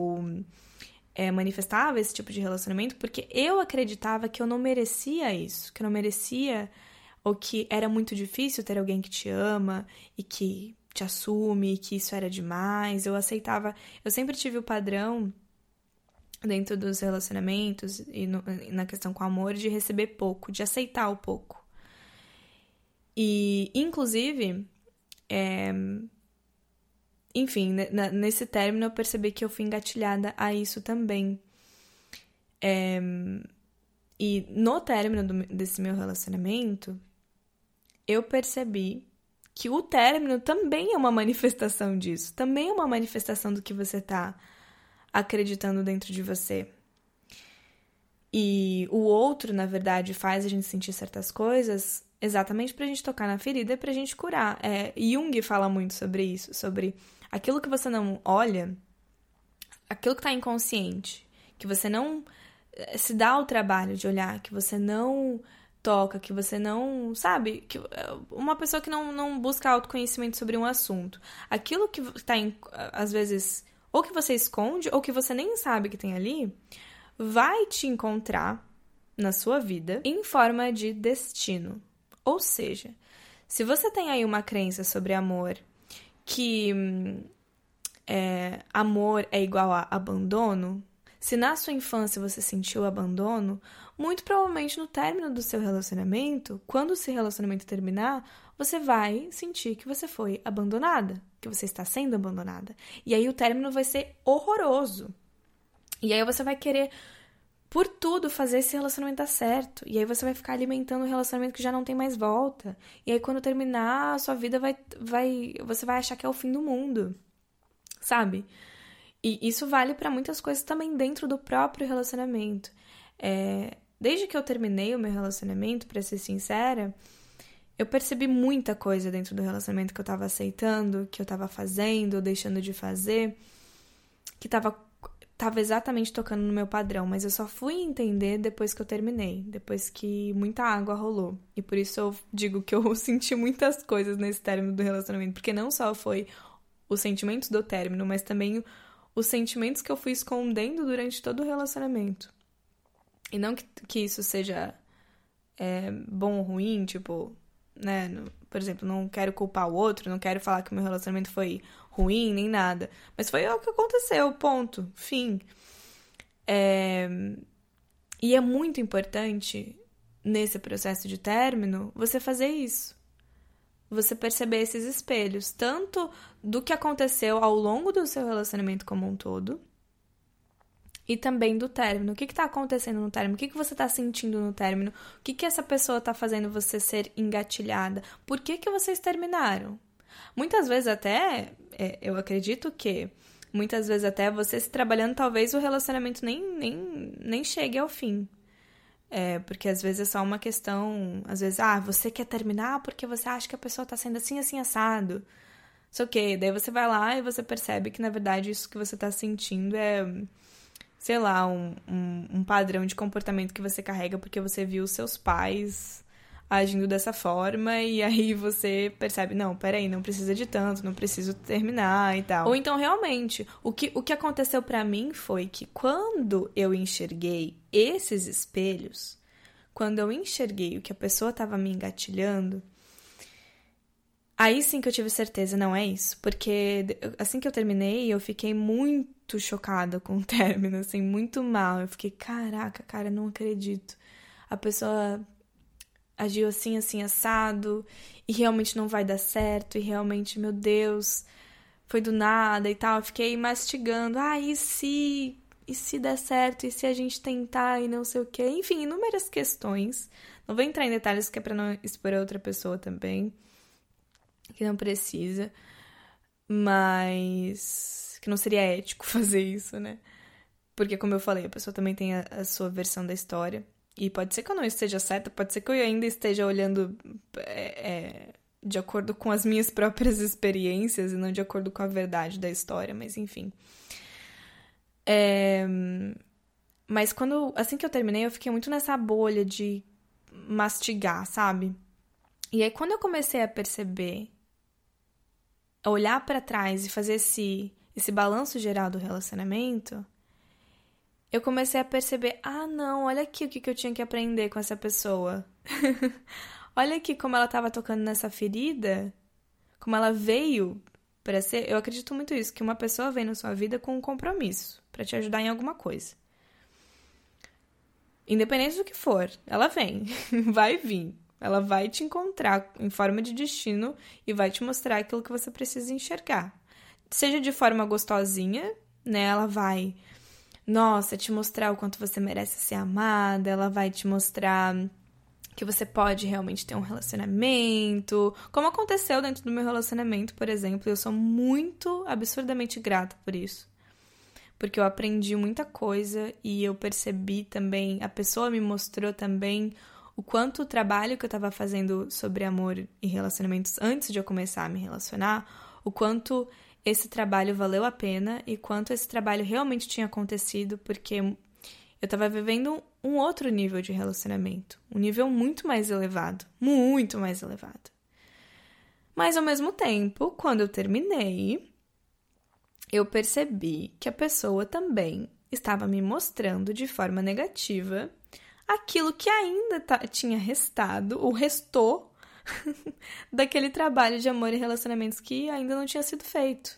manifestava esse tipo de relacionamento porque eu acreditava que eu não merecia isso, que eu não merecia, ou que era muito difícil ter alguém que te ama e que te assume, que isso era demais. Eu aceitava, eu sempre tive o padrão dentro dos relacionamentos e na questão com o amor de receber pouco, de aceitar o pouco. E, inclusive, enfim, nesse término eu percebi que eu fui engatilhada a isso também. E no término desse meu relacionamento, eu percebi que o término também é uma manifestação disso, também é uma manifestação do que você tá acreditando dentro de você. E o outro, na verdade, faz a gente sentir certas coisas exatamente pra gente tocar na ferida e pra gente curar. Jung fala muito sobre isso, sobre aquilo que você não olha, aquilo que tá inconsciente, que você não se dá o trabalho de olhar, que você não toca, que você não, sabe? Que uma pessoa que não busca autoconhecimento sobre um assunto. Aquilo que tá, às vezes, ou que você esconde, ou que você nem sabe que tem ali, vai te encontrar na sua vida em forma de destino. Ou seja, se você tem aí uma crença sobre amor, que amor é igual a abandono, se na sua infância você sentiu abandono, muito provavelmente no término do seu relacionamento, quando esse relacionamento terminar, você vai sentir que você foi abandonada, que você está sendo abandonada. E aí o término vai ser horroroso. E aí você vai querer, por tudo, fazer esse relacionamento dar certo. E aí você vai ficar alimentando um relacionamento que já não tem mais volta. E aí quando terminar, a sua vida você vai achar que é o fim do mundo. Sabe? E isso vale pra muitas coisas também dentro do próprio relacionamento. Desde que eu terminei o meu relacionamento, pra ser sincera, eu percebi muita coisa dentro do relacionamento que eu tava aceitando, que eu tava fazendo, ou deixando de fazer, que tava exatamente tocando no meu padrão, mas eu só fui entender depois que eu terminei, depois que muita água rolou. E por isso eu digo que eu senti muitas coisas nesse término do relacionamento, porque não só foi os sentimentos do término, mas também os sentimentos que eu fui escondendo durante todo o relacionamento. E não que isso seja bom ou ruim, tipo, né? Por exemplo, não quero culpar o outro, não quero falar que o meu relacionamento foi ruim, nem nada. Mas foi o que aconteceu, ponto, fim. E é muito importante, nesse processo de término, você fazer isso. Você perceber esses espelhos, tanto do que aconteceu ao longo do seu relacionamento como um todo, e também do término. O que tá acontecendo no término? O que você tá sentindo no término? O que essa pessoa tá fazendo você ser engatilhada? Por que vocês terminaram? Muitas vezes até, eu acredito que, muitas vezes até você se trabalhando, talvez o relacionamento nem chegue ao fim. Porque às vezes é só uma questão, às vezes, você quer terminar porque você acha que a pessoa tá sendo assim, assim, assado. Só que daí você vai lá e você percebe que, na verdade, isso que você tá sentindo é, sei lá, um padrão de comportamento que você carrega porque você viu seus pais agindo dessa forma e aí você percebe, não, peraí, não precisa de tanto, não preciso terminar e tal. Ou então, realmente, o que aconteceu pra mim foi que quando eu enxerguei esses espelhos, quando eu enxerguei o que a pessoa tava me engatilhando, aí sim que eu tive certeza, não é isso. Porque assim que eu terminei, eu fiquei muito chocada com o término, assim, muito mal. Eu fiquei, caraca, cara, não acredito. A pessoa agiu assim, assim, assado, e realmente não vai dar certo, e realmente, meu Deus, foi do nada e tal. Eu fiquei mastigando, e se der certo, e se a gente tentar e não sei o quê. Enfim, inúmeras questões. Não vou entrar em detalhes que é pra não expor a outra pessoa também, que não precisa, mas que não seria ético fazer isso, né? Porque, como eu falei, a pessoa também tem a sua versão da história. E pode ser que eu não esteja certa, pode ser que eu ainda esteja olhando de acordo com as minhas próprias experiências e não de acordo com a verdade da história, mas enfim. Mas assim que eu terminei, eu fiquei muito nessa bolha de mastigar, sabe? E aí, quando eu comecei a perceber, a olhar pra trás e fazer esse balanço geral do relacionamento, eu comecei a perceber, não, olha aqui o que eu tinha que aprender com essa pessoa. Olha aqui como ela tava tocando nessa ferida, como ela veio pra ser... Eu acredito muito isso, que uma pessoa vem na sua vida com um compromisso, pra te ajudar em alguma coisa. Independente do que for, ela vem, vai vir. Ela vai te encontrar em forma de destino e vai te mostrar aquilo que você precisa enxergar. Seja de forma gostosinha, né? Ela vai, te mostrar o quanto você merece ser amada. Ela vai te mostrar que você pode realmente ter um relacionamento, como aconteceu dentro do meu relacionamento, por exemplo. Eu sou muito, absurdamente grata por isso. Porque eu aprendi muita coisa e eu percebi também, a pessoa me mostrou também o quanto o trabalho que eu estava fazendo sobre amor e relacionamentos antes de eu começar a me relacionar, o quanto esse trabalho valeu a pena e quanto esse trabalho realmente tinha acontecido, porque eu estava vivendo um outro nível de relacionamento, um nível muito mais elevado, muito mais elevado. Mas, ao mesmo tempo, quando eu terminei, eu percebi que a pessoa também estava me mostrando de forma negativa aquilo que ainda tinha restado, ou restou, daquele trabalho de amor e relacionamentos que ainda não tinha sido feito.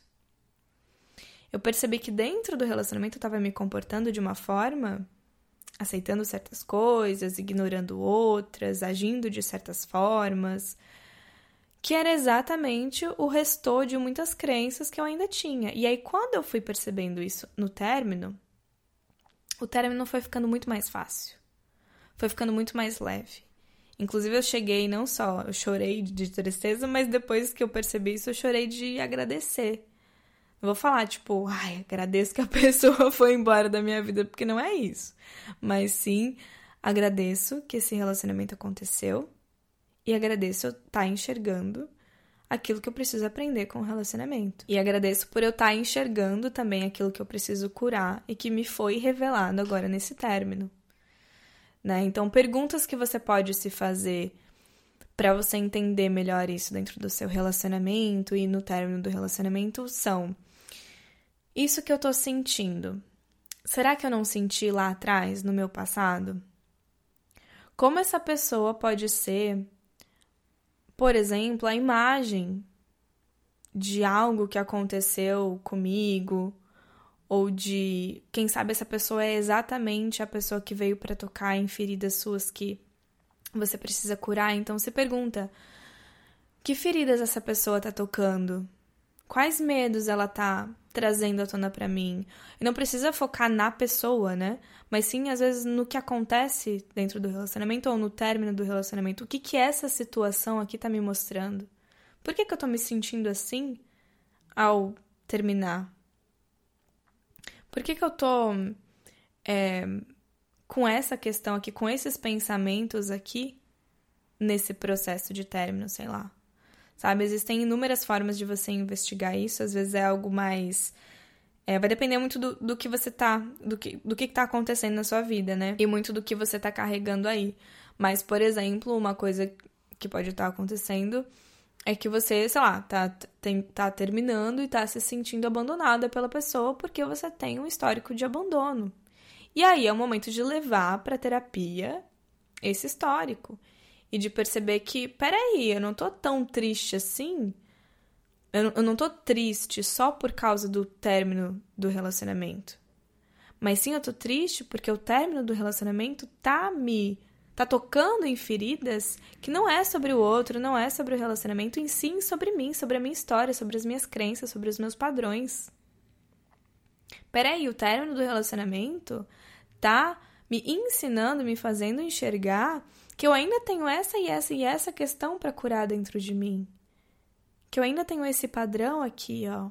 Eu percebi que dentro do relacionamento eu estava me comportando de uma forma, aceitando certas coisas, ignorando outras, agindo de certas formas, que era exatamente o restor de muitas crenças que eu ainda tinha. E aí, quando eu fui percebendo isso no término, o término foi ficando muito mais fácil. Foi ficando muito mais leve. Inclusive, eu cheguei, não só eu chorei de tristeza, mas depois que eu percebi isso, eu chorei de agradecer. Não vou falar, tipo, ai, agradeço que a pessoa foi embora da minha vida, porque não é isso. Mas sim, agradeço que esse relacionamento aconteceu e agradeço eu estar enxergando aquilo que eu preciso aprender com o relacionamento. E agradeço por eu estar enxergando também aquilo que eu preciso curar e que me foi revelado agora nesse término. Né? Então, perguntas que você pode se fazer para você entender melhor isso dentro do seu relacionamento e no término do relacionamento são: isso que eu tô sentindo, será que eu não senti lá atrás, no meu passado? Como essa pessoa pode ser, por exemplo, a imagem de algo que aconteceu comigo, ou de, quem sabe essa pessoa é exatamente a pessoa que veio para tocar em feridas suas que você precisa curar. Então se pergunta, que feridas essa pessoa tá tocando? Quais medos ela tá trazendo à tona pra mim? E não precisa focar na pessoa, né? Mas sim, às vezes, no que acontece dentro do relacionamento ou no término do relacionamento. O que essa situação aqui tá me mostrando? Por que eu tô me sentindo assim ao terminar? Por que eu tô com essa questão aqui, com esses pensamentos aqui, nesse processo de término, sei lá? Sabe, existem inúmeras formas de você investigar isso, às vezes é algo mais... vai depender muito do que você tá... do que tá acontecendo na sua vida, né? E muito do que você tá carregando aí. Mas, por exemplo, uma coisa que pode estar acontecendo é que você, sei lá, tá terminando e tá se sentindo abandonada pela pessoa porque você tem um histórico de abandono. E aí é o momento de levar pra terapia esse histórico. E de perceber que, peraí, eu não tô tão triste assim. Eu não tô triste só por causa do término do relacionamento. Mas sim, eu tô triste porque o término do relacionamento tá tocando em feridas que não é sobre o outro, não é sobre o relacionamento, em sim sobre mim, sobre a minha história, sobre as minhas crenças, sobre os meus padrões. Peraí, o término do relacionamento tá me ensinando, me fazendo enxergar que eu ainda tenho essa e essa e essa questão para curar dentro de mim. Que eu ainda tenho esse padrão aqui, ó.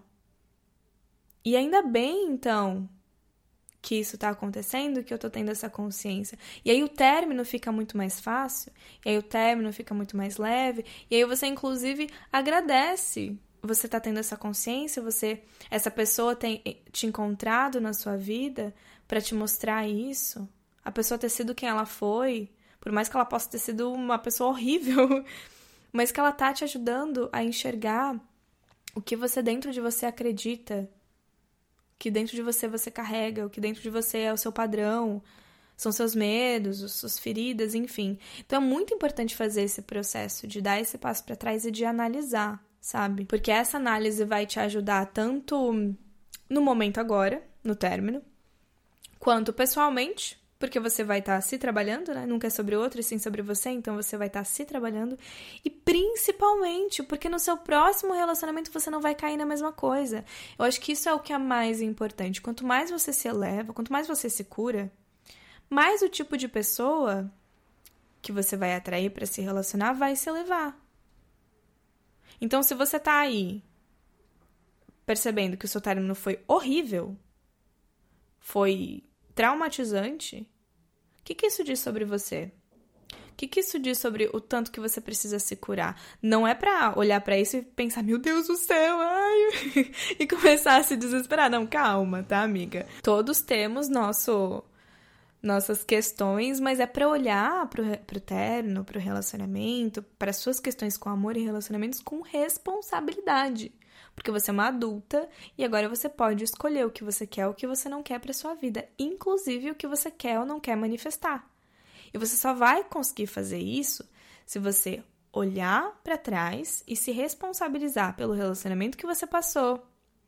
E ainda bem, então, que isso tá acontecendo, que eu tô tendo essa consciência. E aí o término fica muito mais fácil, e aí o término fica muito mais leve, e aí você, inclusive, agradece. Você tá tendo essa consciência, essa pessoa tem te encontrado na sua vida para te mostrar isso. A pessoa ter sido quem ela foi, por mais que ela possa ter sido uma pessoa horrível, mas que ela tá te ajudando a enxergar o que você dentro de você acredita, o que dentro de você carrega, o que dentro de você é o seu padrão, são seus medos, suas feridas, enfim. Então é muito importante fazer esse processo de dar esse passo para trás e de analisar, sabe? Porque essa análise vai te ajudar tanto no momento agora, no término, quanto pessoalmente, porque você vai estar se trabalhando, né? Nunca é sobre o outro, e sim sobre você, então você vai estar se trabalhando. E principalmente, porque no seu próximo relacionamento você não vai cair na mesma coisa. Eu acho que isso é o que é mais importante. Quanto mais você se eleva, quanto mais você se cura, mais o tipo de pessoa que você vai atrair para se relacionar vai se elevar. Então, se você tá aí percebendo que o seu término foi horrível, foi traumatizante, o que isso diz sobre você? O que isso diz sobre o tanto que você precisa se curar? Não é pra olhar pra isso e pensar, meu Deus do céu, ai, e começar a se desesperar. Não, calma, tá, amiga? Todos temos nossas questões, mas é pra olhar pro término, pro relacionamento, para suas questões com amor e relacionamentos com responsabilidade. Porque você é uma adulta e agora você pode escolher o que você quer ou o que você não quer pra sua vida, inclusive o que você quer ou não quer manifestar. E você só vai conseguir fazer isso se você olhar pra trás e se responsabilizar pelo relacionamento que você passou,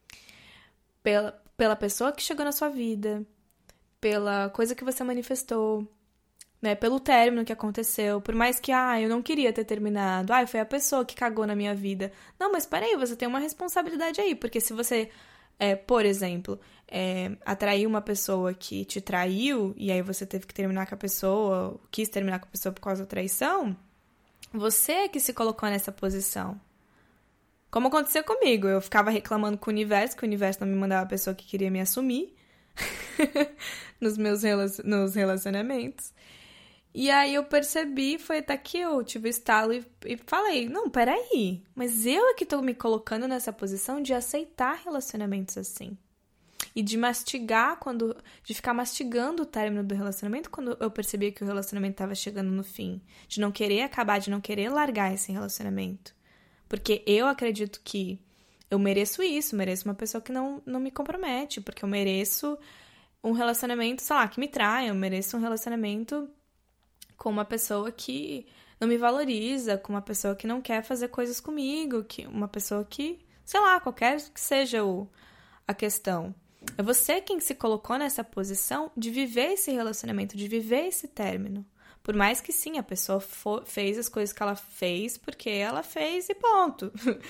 pela pessoa que chegou na sua vida, pela coisa que você manifestou, né? Pelo término que aconteceu. Por mais que, eu não queria ter terminado. Foi a pessoa que cagou na minha vida. Não, mas peraí, você tem uma responsabilidade aí. Porque se você, por exemplo, atrair uma pessoa que te traiu, e aí você teve que terminar com a pessoa, quis terminar com a pessoa por causa da traição, você é que se colocou nessa posição. Como aconteceu comigo. Eu ficava reclamando com o universo, que o universo não me mandava a pessoa que queria me assumir nos relacionamentos. E aí eu percebi, foi até que eu tive o estalo e falei, não, peraí, mas eu é que tô me colocando nessa posição de aceitar relacionamentos assim. E de mastigar, de ficar mastigando o término do relacionamento quando eu percebi que o relacionamento estava chegando no fim. De não querer acabar, de não querer largar esse relacionamento. Porque eu acredito que eu mereço isso, mereço uma pessoa que não me compromete, porque eu mereço um relacionamento, sei lá, que me trai, eu mereço um relacionamento com uma pessoa que não me valoriza, com uma pessoa que não quer fazer coisas comigo, uma pessoa que, sei lá, qualquer que seja a questão. É você quem se colocou nessa posição de viver esse relacionamento, de viver esse término. Por mais que sim, a pessoa fez as coisas que ela fez porque ela fez e ponto.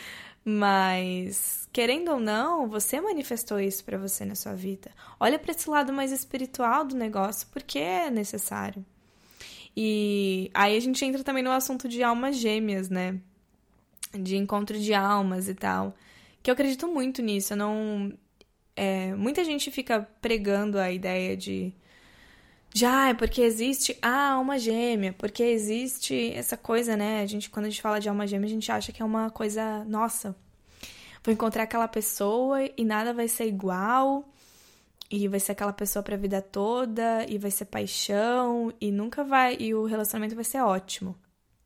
Mas, querendo ou não, você manifestou isso pra você na sua vida. Olha pra esse lado mais espiritual do negócio, porque é necessário. E aí a gente entra também no assunto de almas gêmeas, né? De encontro de almas e tal. Que eu acredito muito nisso. Muita gente fica pregando a ideia de porque existe a alma gêmea, porque existe essa coisa, né? Quando a gente fala de alma gêmea, a gente acha que é uma coisa, nossa, vou encontrar aquela pessoa e nada vai ser igual, e vai ser aquela pessoa pra vida toda, e vai ser paixão, e e o relacionamento vai ser ótimo.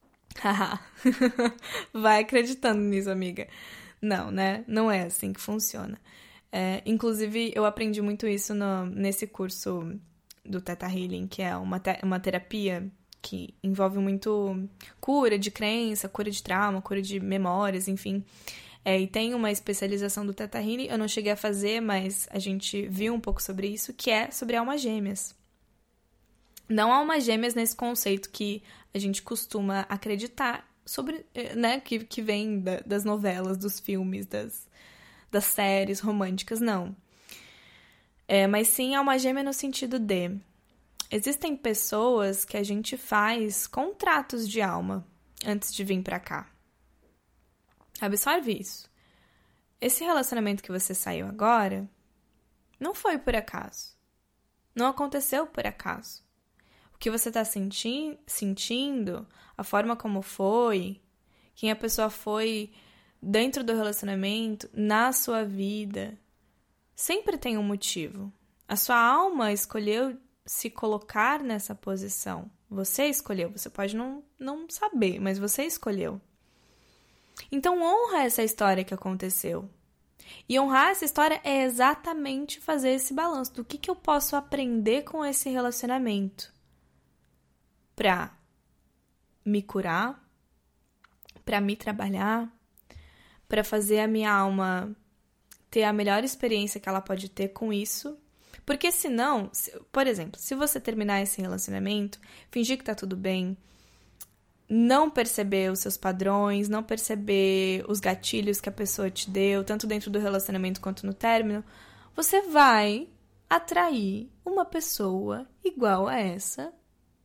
Vai acreditando nisso, amiga. Não, né? Não é assim que funciona. Inclusive, eu aprendi muito isso nesse curso do Theta Healing, que é uma terapia que envolve muito cura de crença, cura de trauma, cura de memórias, enfim. E tem uma especialização do Theta Healing, eu não cheguei a fazer, mas a gente viu um pouco sobre isso, que é sobre almas gêmeas. Não almas gêmeas nesse conceito que a gente costuma acreditar sobre, né, que vem das novelas, dos filmes, das séries românticas, não. Mas sim alma gêmea no sentido de... Existem pessoas que a gente faz contratos de alma antes de vir pra cá. Absorve isso. Esse relacionamento que você saiu agora não foi por acaso. Não aconteceu por acaso. O que você tá sentindo, a forma como foi, quem a pessoa foi dentro do relacionamento, na sua vida... Sempre tem um motivo. A sua alma escolheu se colocar nessa posição. Você escolheu. Você pode não saber, mas você escolheu. Então, honra essa história que aconteceu. E honrar essa história é exatamente fazer esse balanço. Do que eu posso aprender com esse relacionamento? Pra me curar, pra me trabalhar, pra fazer a minha alma... ter a melhor experiência que ela pode ter com isso. Porque senão, por exemplo, se você terminar esse relacionamento, fingir que tá tudo bem, não perceber os seus padrões, não perceber os gatilhos que a pessoa te deu, tanto dentro do relacionamento quanto no término, você vai atrair uma pessoa igual a essa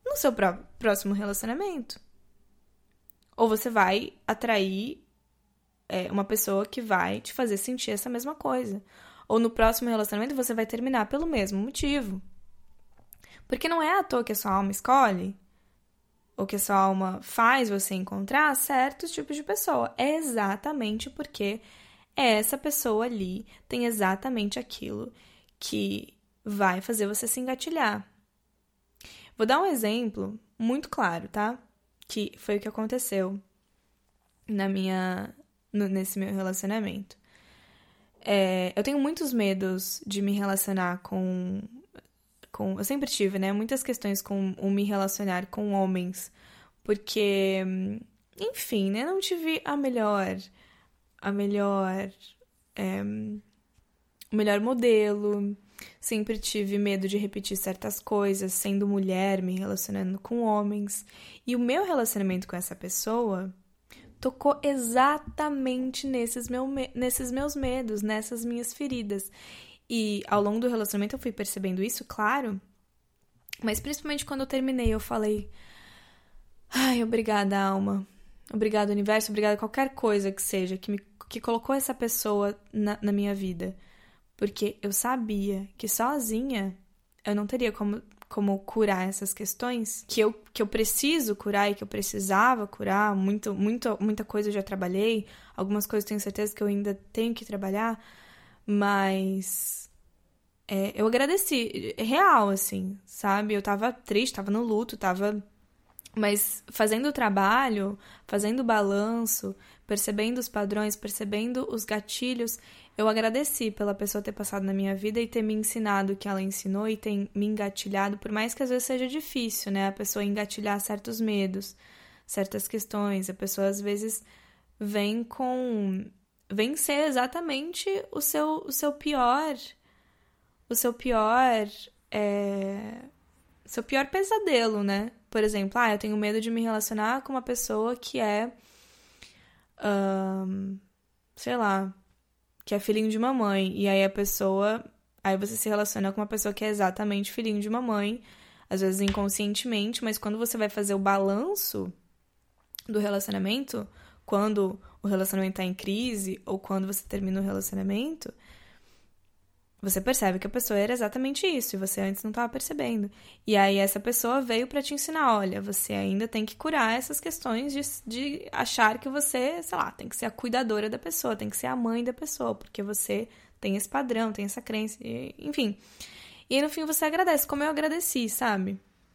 no seu próximo relacionamento. Ou você vai atrair uma pessoa que vai te fazer sentir essa mesma coisa. Ou no próximo relacionamento você vai terminar pelo mesmo motivo. Porque não é à toa que a sua alma escolhe, ou que a sua alma faz você encontrar certos tipos de pessoa. É exatamente porque essa pessoa ali tem exatamente aquilo que vai fazer você se engatilhar. Vou dar um exemplo muito claro, tá? Que foi o que aconteceu nesse meu relacionamento. Eu tenho muitos medos de me relacionar com... Eu sempre tive, né? Muitas questões com o me relacionar com homens. Porque, enfim, né? Não tive o melhor modelo. Sempre tive medo de repetir certas coisas, sendo mulher, me relacionando com homens. E o meu relacionamento com essa pessoa tocou exatamente nesses meus medos, nessas minhas feridas. E ao longo do relacionamento eu fui percebendo isso, claro. Mas principalmente quando eu terminei, eu falei... Ai, obrigada, alma. Obrigada, universo. Obrigada qualquer coisa que seja, que colocou essa pessoa na minha vida. Porque eu sabia que sozinha eu não teria como curar essas questões que eu preciso curar e que eu precisava curar. Muita coisa eu já trabalhei, algumas coisas eu tenho certeza que eu ainda tenho que trabalhar, mas eu agradeci, real, assim, sabe? Eu tava triste, tava no luto, mas fazendo o trabalho, fazendo o balanço, percebendo os padrões, percebendo os gatilhos, eu agradeci pela pessoa ter passado na minha vida e ter me ensinado o que ela ensinou e ter me engatilhado, por mais que às vezes seja difícil, né? A pessoa engatilhar certos medos, certas questões. A pessoa às vezes vem ser exatamente o seu pior pesadelo, né? Por exemplo, eu tenho medo de me relacionar com uma pessoa que é, sei lá, que é filhinho de mamãe. E aí aí você se relaciona com uma pessoa que é exatamente filhinho de mamãe, às vezes inconscientemente, mas quando você vai fazer o balanço do relacionamento, quando o relacionamento tá em crise ou quando você termina o relacionamento, você percebe que a pessoa era exatamente isso, e você antes não estava percebendo. E aí essa pessoa veio para te ensinar, olha, você ainda tem que curar essas questões de achar que você, sei lá, tem que ser a cuidadora da pessoa, tem que ser a mãe da pessoa, porque você tem esse padrão, tem essa crença, enfim. E aí no fim você agradece, como eu agradeci, sabe?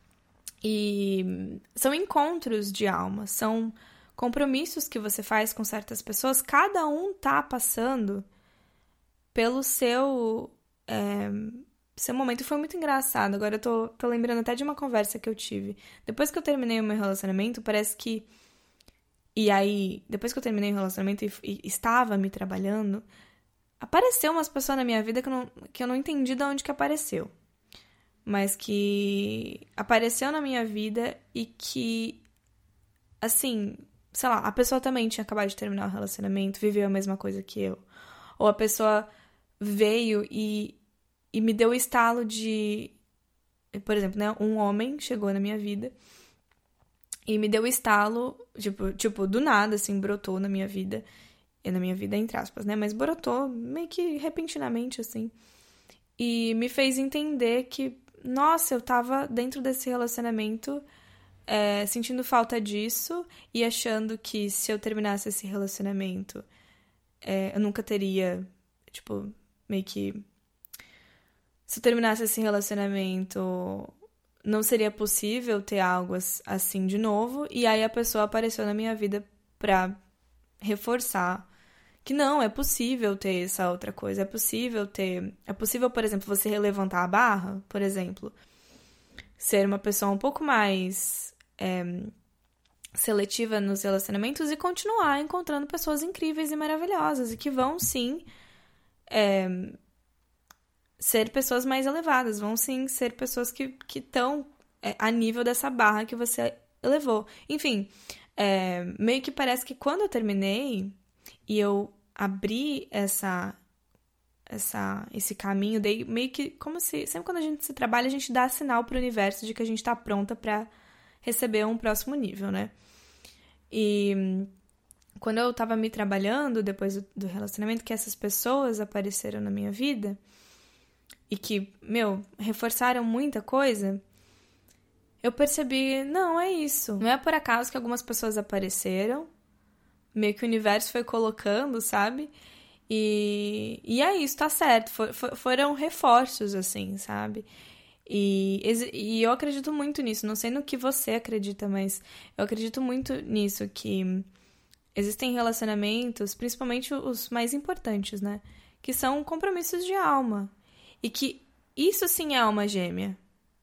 E são encontros de alma, são compromissos que você faz com certas pessoas, cada um tá passando pelo seu momento. Foi muito engraçado. Agora eu tô lembrando até de uma conversa que eu tive. Depois que eu terminei o meu relacionamento, parece que... E aí, depois que eu terminei o relacionamento e estava me trabalhando, apareceu umas pessoas na minha vida que eu não entendi de onde que apareceu. Mas que apareceu na minha vida e que, assim, sei lá, a pessoa também tinha acabado de terminar o relacionamento, viveu a mesma coisa que eu. Ou a pessoa veio e me deu o estalo de... Por exemplo, né? Um homem chegou na minha vida e me deu o estalo, tipo, do nada, assim, brotou na minha vida. E na minha vida, entre aspas, né? Mas brotou meio que repentinamente, assim. E me fez entender que, nossa, eu tava dentro desse relacionamento sentindo falta disso e achando que se eu terminasse esse relacionamento, eu nunca teria, tipo, meio que... Se eu terminasse esse relacionamento, não seria possível ter algo assim de novo. E aí a pessoa apareceu na minha vida pra reforçar que não, é possível ter essa outra coisa. É possível, por exemplo, você relevantar a barra, por exemplo. Ser uma pessoa um pouco mais seletiva nos relacionamentos e continuar encontrando pessoas incríveis e maravilhosas e que vão, sim... ser pessoas mais elevadas, vão sim ser pessoas que estão a nível dessa barra que você elevou. Enfim, meio que parece que quando eu terminei e eu abri esse caminho, dei meio que como se... Sempre quando a gente se trabalha, a gente dá sinal pro universo de que a gente tá pronta pra receber um próximo nível, né? E quando eu tava me trabalhando depois do relacionamento, que essas pessoas apareceram na minha vida e que, reforçaram muita coisa, eu percebi, não, é isso. Não é por acaso que algumas pessoas apareceram, meio que o universo foi colocando, sabe? E é isso, tá certo. Foram reforços, assim, sabe? E eu acredito muito nisso. Não sei no que você acredita, mas eu acredito muito nisso, que existem relacionamentos, principalmente os mais importantes, né? Que são compromissos de alma. E que isso sim é alma gêmea.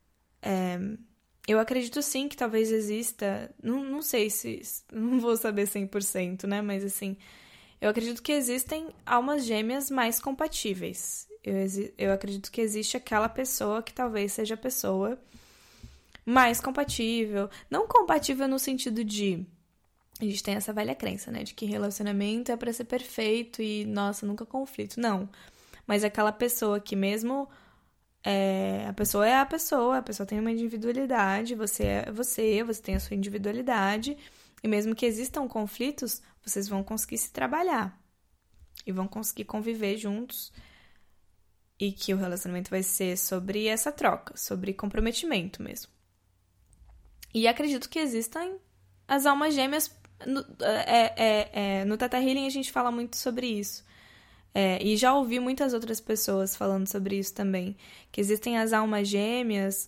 Eu acredito sim que talvez exista... Não sei se... Não vou saber 100%, né? Mas assim... Eu acredito que existem almas gêmeas mais compatíveis. Eu acredito que existe aquela pessoa que talvez seja a pessoa mais compatível. Não compatível no sentido de... A gente tem essa velha crença, né? De que relacionamento é pra ser perfeito e, nossa, nunca conflito. Não. Mas aquela pessoa que mesmo... a pessoa é a pessoa tem uma individualidade, você é você tem a sua individualidade. E mesmo que existam conflitos, vocês vão conseguir se trabalhar. E vão conseguir conviver juntos. E que o relacionamento vai ser sobre essa troca, sobre comprometimento mesmo. E acredito que existem as almas gêmeas. No Theta Healing a gente fala muito sobre isso. E já ouvi muitas outras pessoas falando sobre isso também. Que existem as almas gêmeas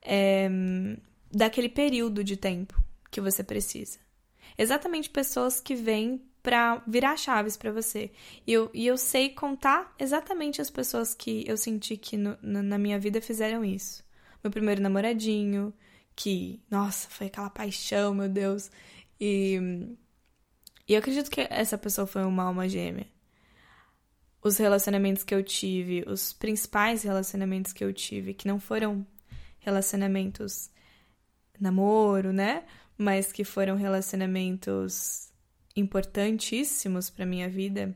daquele período de tempo que você precisa. Exatamente pessoas que vêm pra virar chaves pra você. E eu sei contar exatamente as pessoas que eu senti que na minha vida fizeram isso. Meu primeiro namoradinho, que, nossa, foi aquela paixão, meu Deus. E eu acredito que essa pessoa foi uma alma gêmea. Os relacionamentos que eu tive, os principais relacionamentos que eu tive, que não foram relacionamentos namoro, né? Mas que foram relacionamentos importantíssimos pra minha vida,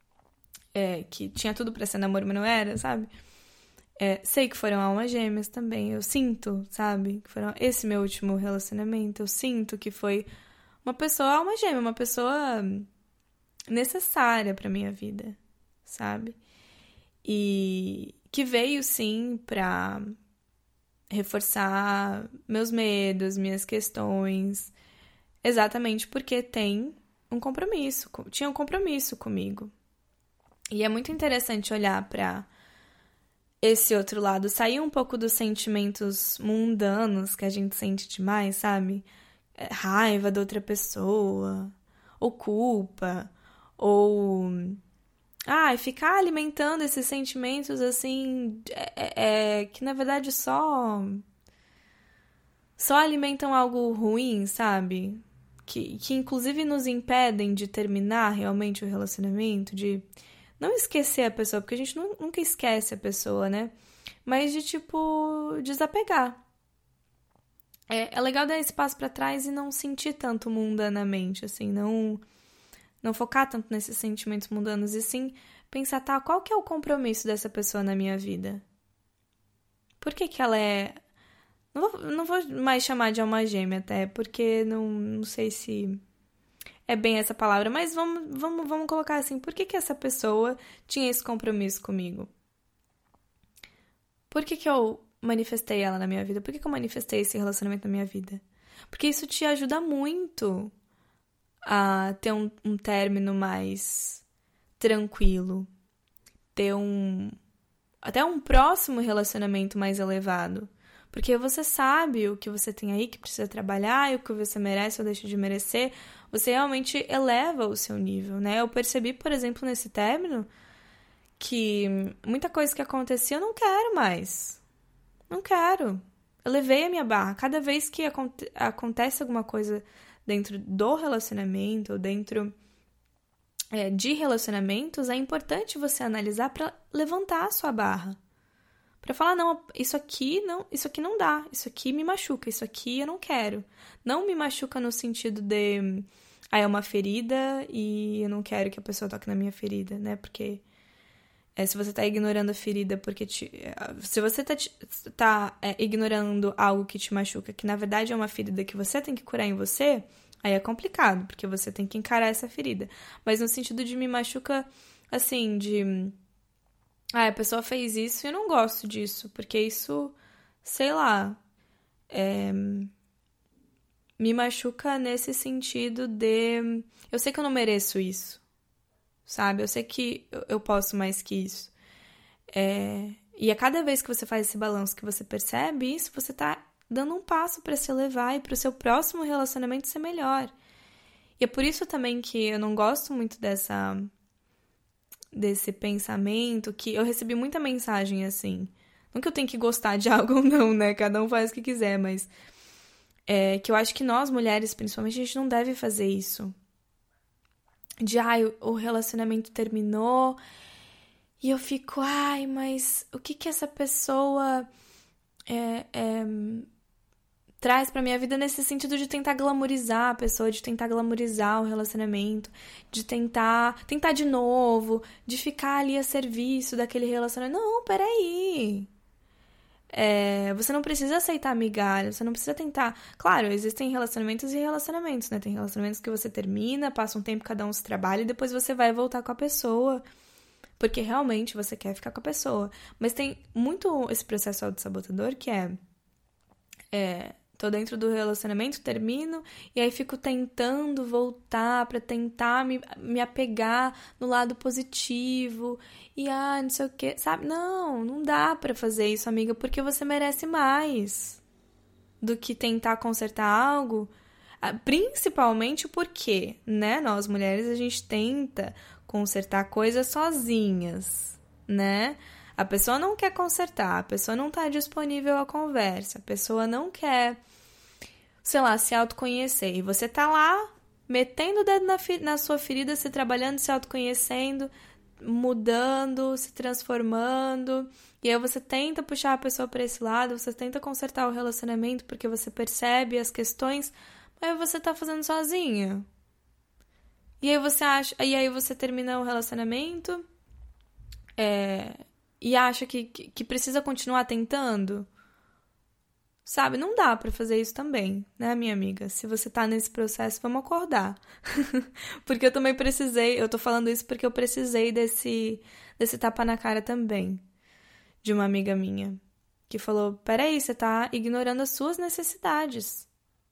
que tinha tudo pra ser namoro, mas não era, sabe? Sei que foram almas gêmeas também, eu sinto, sabe? Que foram esse meu último relacionamento, eu sinto que foi uma pessoa alma gêmea, uma pessoa necessária pra minha vida, sabe? E que veio, sim, pra reforçar meus medos, minhas questões, exatamente porque tinha um compromisso comigo. E é muito interessante olhar pra esse outro lado, sair um pouco dos sentimentos mundanos que a gente sente demais, sabe? Raiva da outra pessoa, ou culpa, ou... ficar alimentando esses sentimentos, assim, que na verdade só alimentam algo ruim, sabe? Que inclusive nos impedem de terminar realmente o relacionamento, de não esquecer a pessoa, porque a gente nunca esquece a pessoa, né? Mas de, tipo, desapegar. É legal dar esse passo pra trás e não sentir tanto mundanamente, assim, não focar tanto nesses sentimentos mundanos, e sim pensar, qual que é o compromisso dessa pessoa na minha vida? Por que ela é... Não vou mais chamar de alma gêmea até, porque não sei se é bem essa palavra, mas vamos colocar assim, por que essa pessoa tinha esse compromisso comigo? Por que eu manifestei ela na minha vida? Por que eu manifestei esse relacionamento na minha vida? Porque isso te ajuda muito a ter um término mais tranquilo, ter até um próximo relacionamento mais elevado, porque você sabe o que você tem aí que precisa trabalhar e o que você merece ou deixa de merecer, você realmente eleva o seu nível, né? Eu percebi, por exemplo, nesse término, que muita coisa que acontecia eu não quero mais. Não quero. Eu levei a minha barra. Cada vez que acontece alguma coisa dentro do relacionamento, ou dentro de relacionamentos, é importante você analisar para levantar a sua barra. Para falar, não, isso aqui não dá, isso aqui me machuca, isso aqui eu não quero. Não me machuca no sentido de, é uma ferida e eu não quero que a pessoa toque na minha ferida, né? Porque Se você tá ignorando a ferida porque se você tá ignorando algo que te machuca, que na verdade é uma ferida que você tem que curar em você, aí é complicado, porque você tem que encarar essa ferida. Mas no sentido de me machuca, assim, a pessoa fez isso e eu não gosto disso, porque isso, sei lá, me machuca nesse sentido de... Eu sei que eu não mereço isso, sabe? Eu sei que eu posso mais que isso. E a cada vez que você faz esse balanço, que você percebe isso, você tá dando um passo pra se elevar e pro seu próximo relacionamento ser melhor. E é por isso também que eu não gosto muito desse pensamento, que eu recebi muita mensagem assim. Não que eu tenho que gostar de algo ou não, né? Cada um faz o que quiser, mas... que eu acho que nós, mulheres, principalmente, a gente não deve fazer isso. O relacionamento terminou e eu fico, mas o que essa pessoa traz pra minha vida nesse sentido de tentar glamorizar a pessoa, de tentar glamorizar o relacionamento, de tentar de novo, de ficar ali a serviço daquele relacionamento. Não, peraí. Você não precisa aceitar migalha, você não precisa tentar... Claro, existem relacionamentos e relacionamentos, né? Tem relacionamentos que você termina, passa um tempo, cada um se trabalha e depois você vai voltar com a pessoa, porque realmente você quer ficar com a pessoa. Mas tem muito esse processo autossabotador que tô dentro do relacionamento, termino, e aí fico tentando voltar pra tentar me apegar no lado positivo, e não sei o que, sabe? Não dá pra fazer isso, amiga, porque você merece mais do que tentar consertar algo, principalmente porque, né, nós mulheres, a gente tenta consertar coisas sozinhas, né? A pessoa não quer consertar, a pessoa não tá disponível à conversa, a pessoa não quer, sei lá, se autoconhecer. E você tá lá, metendo o dedo na sua ferida, se trabalhando, se autoconhecendo, mudando, se transformando. E aí você tenta puxar a pessoa para esse lado, você tenta consertar o relacionamento porque você percebe as questões, mas você tá fazendo sozinha. E aí você termina o relacionamento, e acha que precisa continuar tentando. Sabe, não dá pra fazer isso também, né, minha amiga? Se você tá nesse processo, vamos acordar. Porque eu também eu tô falando isso porque eu precisei desse tapa na cara também. De uma amiga minha, que falou, peraí, você tá ignorando as suas necessidades.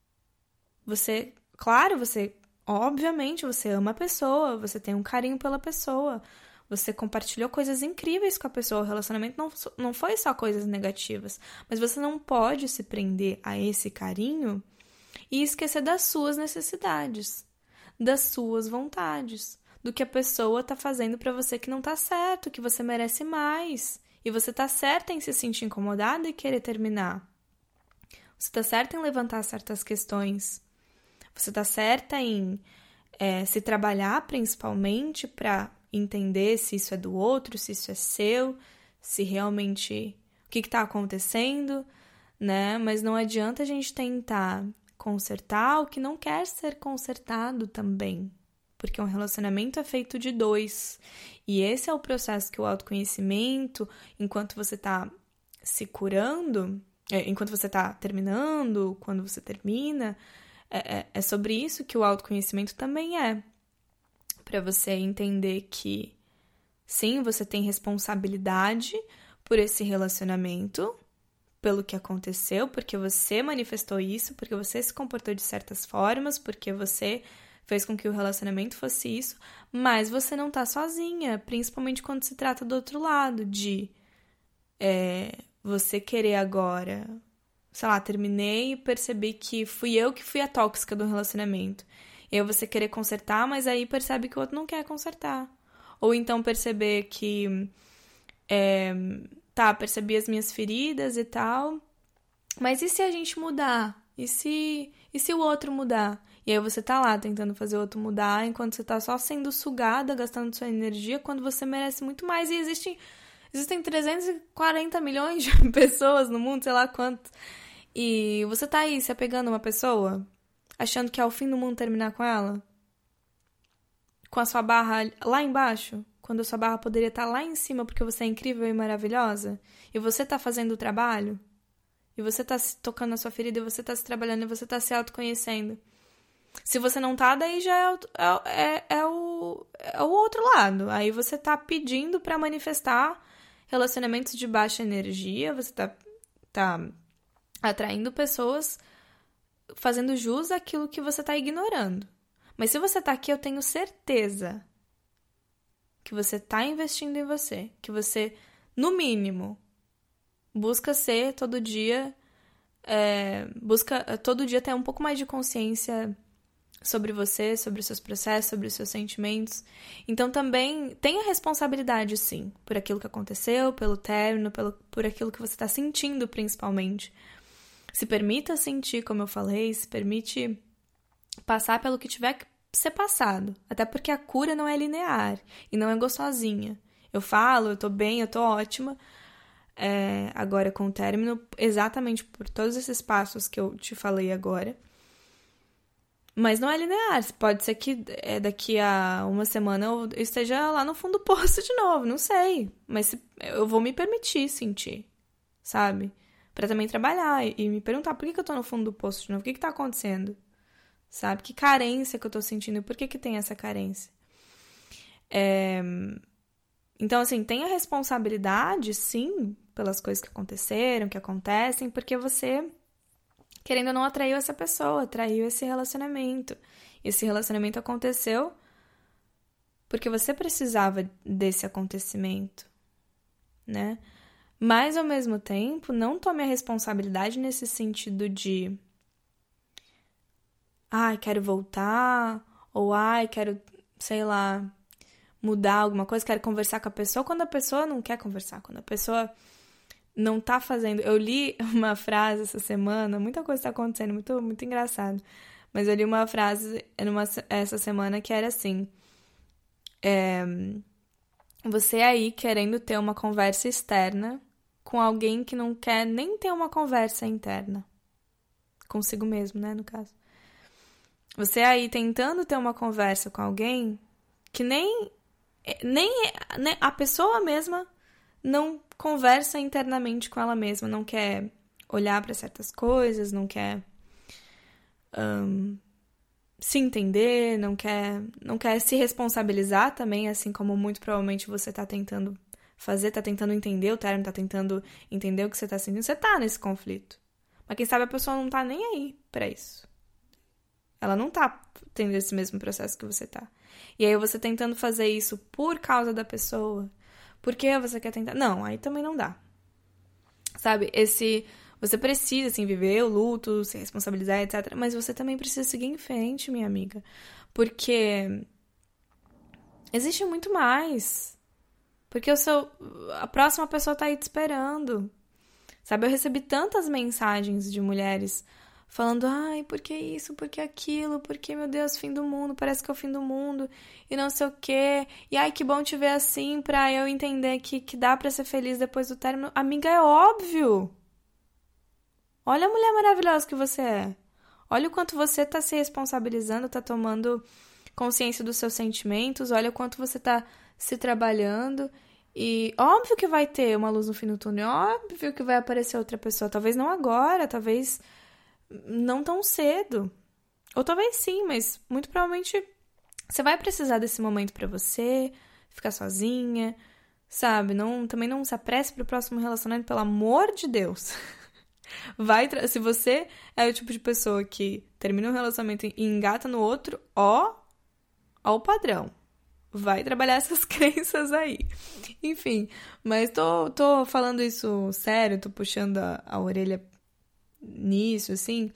Obviamente, você ama a pessoa, você tem um carinho pela pessoa, você compartilhou coisas incríveis com a pessoa, o relacionamento não foi só coisas negativas, mas você não pode se prender a esse carinho e esquecer das suas necessidades, das suas vontades, do que a pessoa tá fazendo pra você que não tá certo, que você merece mais, e você tá certa em se sentir incomodada e querer terminar. Você tá certa em levantar certas questões. Você tá certa em se trabalhar principalmente pra entender se isso é do outro, se isso é seu, se realmente... O que está acontecendo, né? Mas não adianta a gente tentar consertar o que não quer ser consertado também. Porque um relacionamento é feito de dois. E esse é o processo que o autoconhecimento, enquanto você está se curando, enquanto você está terminando, quando você termina, é sobre isso que o autoconhecimento também é. Para você entender que, sim, você tem responsabilidade por esse relacionamento, pelo que aconteceu, porque você manifestou isso, porque você se comportou de certas formas, porque você fez com que o relacionamento fosse isso, mas você não tá sozinha, principalmente quando se trata do outro lado, de você querer agora, sei lá, terminei e percebi que fui eu que fui a tóxica do relacionamento. E aí você querer consertar, mas aí percebe que o outro não quer consertar. Ou então perceber que... percebi as minhas feridas e tal, mas e se a gente mudar? E se o outro mudar? E aí você tá lá tentando fazer o outro mudar, enquanto você tá só sendo sugada, gastando sua energia, quando você merece muito mais. E existem 340 milhões de pessoas no mundo, sei lá quanto. E você tá aí se apegando a uma pessoa, achando que é o fim do mundo terminar com ela? Com a sua barra lá embaixo? quando a sua barra poderia estar lá em cima porque você é incrível e maravilhosa, e você tá fazendo o trabalho, e você tá se tocando na sua ferida, e você tá se trabalhando, e você tá se autoconhecendo. Se você não tá, daí já é o outro lado. Aí você tá pedindo pra manifestar relacionamentos de baixa energia, você tá atraindo pessoas fazendo jus àquilo que você tá ignorando. Mas se você tá aqui, eu tenho certeza que você tá investindo em você, que você, no mínimo, busca ser todo dia, busca todo dia ter um pouco mais de consciência sobre você, sobre os seus processos, sobre os seus sentimentos. Então também tenha responsabilidade, sim, por aquilo que aconteceu, pelo término, por aquilo que você está sentindo, principalmente. Se permita sentir, como eu falei, se permite passar pelo que tiver que ser passado. Até porque a cura não é linear e não é gostosinha. Eu falo, eu tô bem, eu tô ótima, agora com o término, exatamente por todos esses passos que eu te falei agora. Mas não é linear. Pode ser que daqui a uma semana eu esteja lá no fundo do poço de novo. Não sei. Mas eu vou me permitir sentir, sabe? Pra também trabalhar e me perguntar por que eu tô no fundo do poço de novo. O que tá acontecendo? Sabe? Que carência que eu tô sentindo e por que tem essa carência? Então, assim, tenha responsabilidade, sim, pelas coisas que aconteceram, que acontecem, porque você, querendo ou não, atraiu essa pessoa, atraiu esse relacionamento. Esse relacionamento aconteceu porque você precisava desse acontecimento, né? Mas, ao mesmo tempo, não tome a responsabilidade nesse sentido de quero voltar, ou quero, sei lá, mudar alguma coisa, quero conversar com a pessoa, quando a pessoa não quer conversar, quando a pessoa não tá fazendo. Eu li uma frase essa semana, muita coisa tá acontecendo, muito, muito engraçado. Mas eu li uma frase essa semana que era assim: você aí querendo ter uma conversa externa com alguém que não quer nem ter uma conversa interna. Consigo mesmo, né, no caso. Você aí tentando ter uma conversa com alguém que nem a pessoa mesma não conversa internamente com ela mesma, não quer olhar para certas coisas, não quer se entender, não quer se responsabilizar também, assim como muito provavelmente você tá tentando fazer, tá tentando entender o término, tá tentando entender o que você tá sentindo. Você tá nesse conflito. Mas quem sabe a pessoa não tá nem aí pra isso. Ela não tá tendo esse mesmo processo que você tá. E aí você tentando fazer isso por causa da pessoa, porque você quer tentar... Não, aí também não dá. Sabe, você precisa, assim, viver o luto, se responsabilizar, etc. Mas você também precisa seguir em frente, minha amiga. Porque existe muito mais. Porque a próxima pessoa tá aí te esperando. Sabe, eu recebi tantas mensagens de mulheres falando, por que isso, por que aquilo, por que, meu Deus, fim do mundo, parece que é o fim do mundo, e não sei o quê, e que bom te ver assim, pra eu entender que dá pra ser feliz depois do término. Amiga, é óbvio! Olha a mulher maravilhosa que você é. Olha o quanto você tá se responsabilizando, tá tomando consciência dos seus sentimentos, olha o quanto você tá se trabalhando, e óbvio que vai ter uma luz no fim do túnel, óbvio que vai aparecer outra pessoa, talvez não agora, talvez não tão cedo. Ou talvez sim, mas muito provavelmente você vai precisar desse momento pra você, ficar sozinha, sabe? Também não se apresse pro próximo relacionamento, pelo amor de Deus. Se você é o tipo de pessoa que termina um relacionamento e engata no outro, ó o padrão. Vai trabalhar essas crenças aí. Enfim, mas tô falando isso sério, tô puxando a orelha nisso, assim,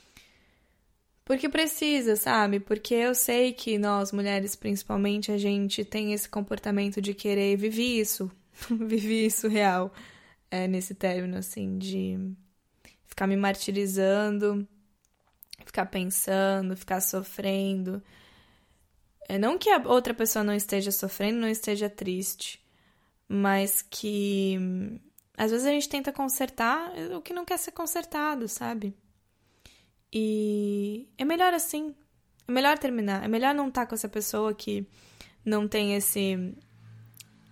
porque precisa, sabe? Porque eu sei que nós, mulheres, principalmente, a gente tem esse comportamento de querer viver isso real, nesse término, assim, de ficar me martirizando, ficar pensando, ficar sofrendo. Não que a outra pessoa não esteja sofrendo, não esteja triste, mas que às vezes a gente tenta consertar o que não quer ser consertado, sabe? E é melhor assim. É melhor terminar. É melhor não estar com essa pessoa que não tem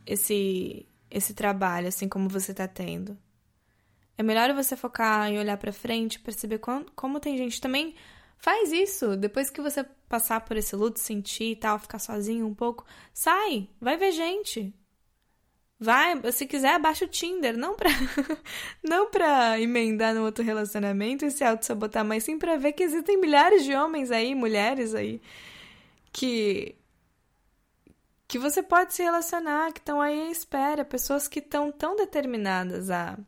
esse trabalho, assim como você tá tendo. É melhor você focar e olhar pra frente, perceber como tem gente também. Faz isso, depois que você passar por esse luto, sentir e tal, ficar sozinho um pouco, sai, vai ver gente. Vai, se quiser, baixa o Tinder, não pra, não pra emendar no outro relacionamento e se auto-sabotar, mas sim pra ver que existem milhares de homens aí, mulheres aí, que você pode se relacionar, que estão aí à espera, pessoas que estão tão determinadas a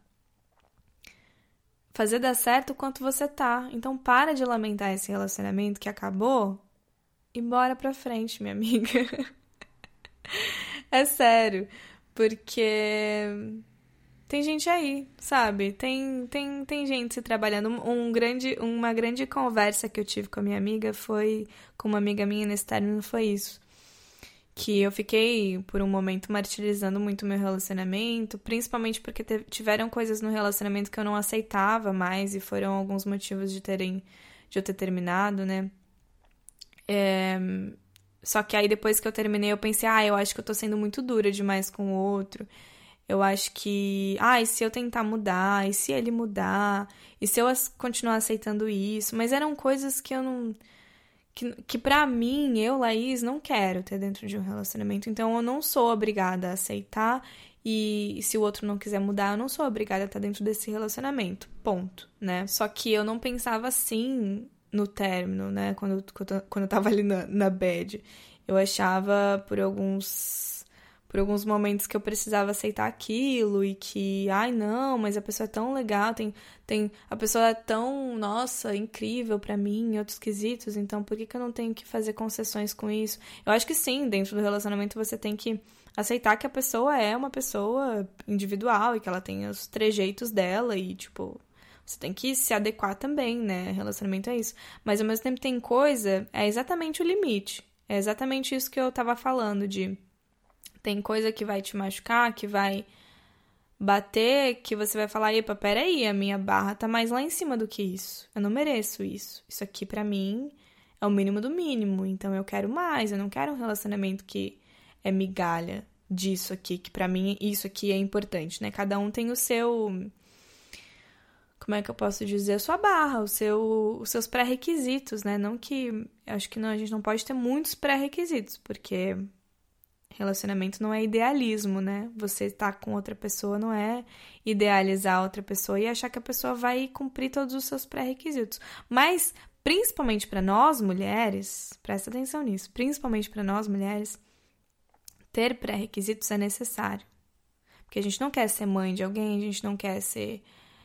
fazer dar certo quanto você tá. Então para de lamentar esse relacionamento que acabou e bora pra frente, minha amiga. É sério, porque tem gente aí, sabe? Tem gente se trabalhando. Uma grande conversa que eu tive com a minha amiga foi com uma amiga minha nesse término, foi isso. Que eu fiquei, por um momento, martirizando muito meu relacionamento, principalmente porque tiveram coisas no relacionamento que eu não aceitava mais e foram alguns motivos de eu ter terminado, né? Só que aí depois que eu terminei eu pensei, eu acho que eu tô sendo muito dura demais com o outro. Eu acho que, e se eu tentar mudar? E se ele mudar? E se eu continuar aceitando isso? Mas eram coisas que eu não... Que pra mim, eu, Laís, não quero ter dentro de um relacionamento. Então, eu não sou obrigada a aceitar. E se o outro não quiser mudar, eu não sou obrigada a estar dentro desse relacionamento. Ponto, né? Só que eu não pensava assim no término, né? Quando eu tava ali na bad. Eu achava por alguns momentos que eu precisava aceitar aquilo e que, não, mas a pessoa é tão legal, a pessoa é tão, nossa, incrível pra mim em outros quesitos, então por que eu não tenho que fazer concessões com isso? Eu acho que sim, dentro do relacionamento você tem que aceitar que a pessoa é uma pessoa individual e que ela tem os trejeitos dela e, tipo, você tem que se adequar também, né? Relacionamento é isso. Mas ao mesmo tempo tem coisa, é exatamente o limite. É exatamente isso que eu tava falando de... Tem coisa que vai te machucar, que vai bater, que você vai falar, epa, peraí, a minha barra tá mais lá em cima do que isso. Eu não mereço isso. Isso aqui pra mim é o mínimo do mínimo, então eu quero mais. Eu não quero um relacionamento que é migalha disso aqui, que pra mim isso aqui é importante, né? Cada um tem o seu... Como é que eu posso dizer? A sua barra, os seus pré-requisitos, né? Não que... Acho que não, a gente não pode ter muitos pré-requisitos, porque... Relacionamento não é idealismo, né? Você estar com outra pessoa não é idealizar outra pessoa e achar que a pessoa vai cumprir todos os seus pré-requisitos. Mas, principalmente para nós mulheres, presta atenção nisso, principalmente para nós mulheres, ter pré-requisitos é necessário. Porque a gente não quer ser mãe de alguém, a gente não quer ser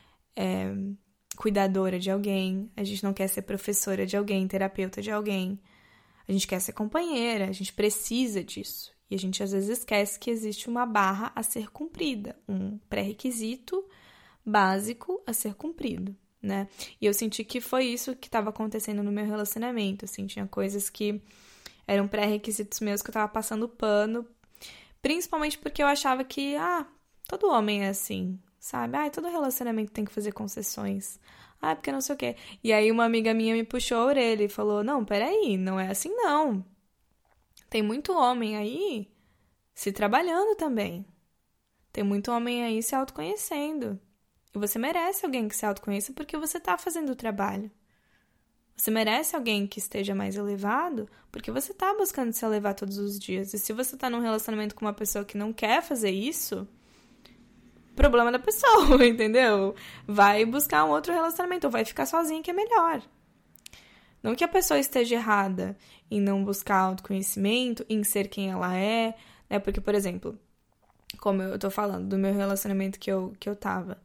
cuidadora de alguém, a gente não quer ser professora de alguém, terapeuta de alguém. A gente quer ser companheira, a gente precisa disso. E a gente às vezes esquece que existe uma barra a ser cumprida, um pré-requisito básico a ser cumprido, né? E eu senti que foi isso que estava acontecendo no meu relacionamento, assim, tinha coisas que eram pré-requisitos meus que eu tava passando pano, principalmente porque eu achava que, todo homem é assim, sabe? Todo relacionamento tem que fazer concessões. Porque não sei o quê. E aí uma amiga minha me puxou a orelha e falou, não, peraí, não é assim não. Tem muito homem aí se trabalhando também. Tem muito homem aí se autoconhecendo. E você merece alguém que se autoconheça porque você tá fazendo o trabalho. Você merece alguém que esteja mais elevado porque você tá buscando se elevar todos os dias. E se você tá num relacionamento com uma pessoa que não quer fazer isso... Problema da pessoa, entendeu? Vai buscar um outro relacionamento ou vai ficar sozinha que é melhor. Não que a pessoa esteja errada em não buscar autoconhecimento, em ser quem ela é, né? Porque, por exemplo, como eu tô falando do meu relacionamento que eu tava,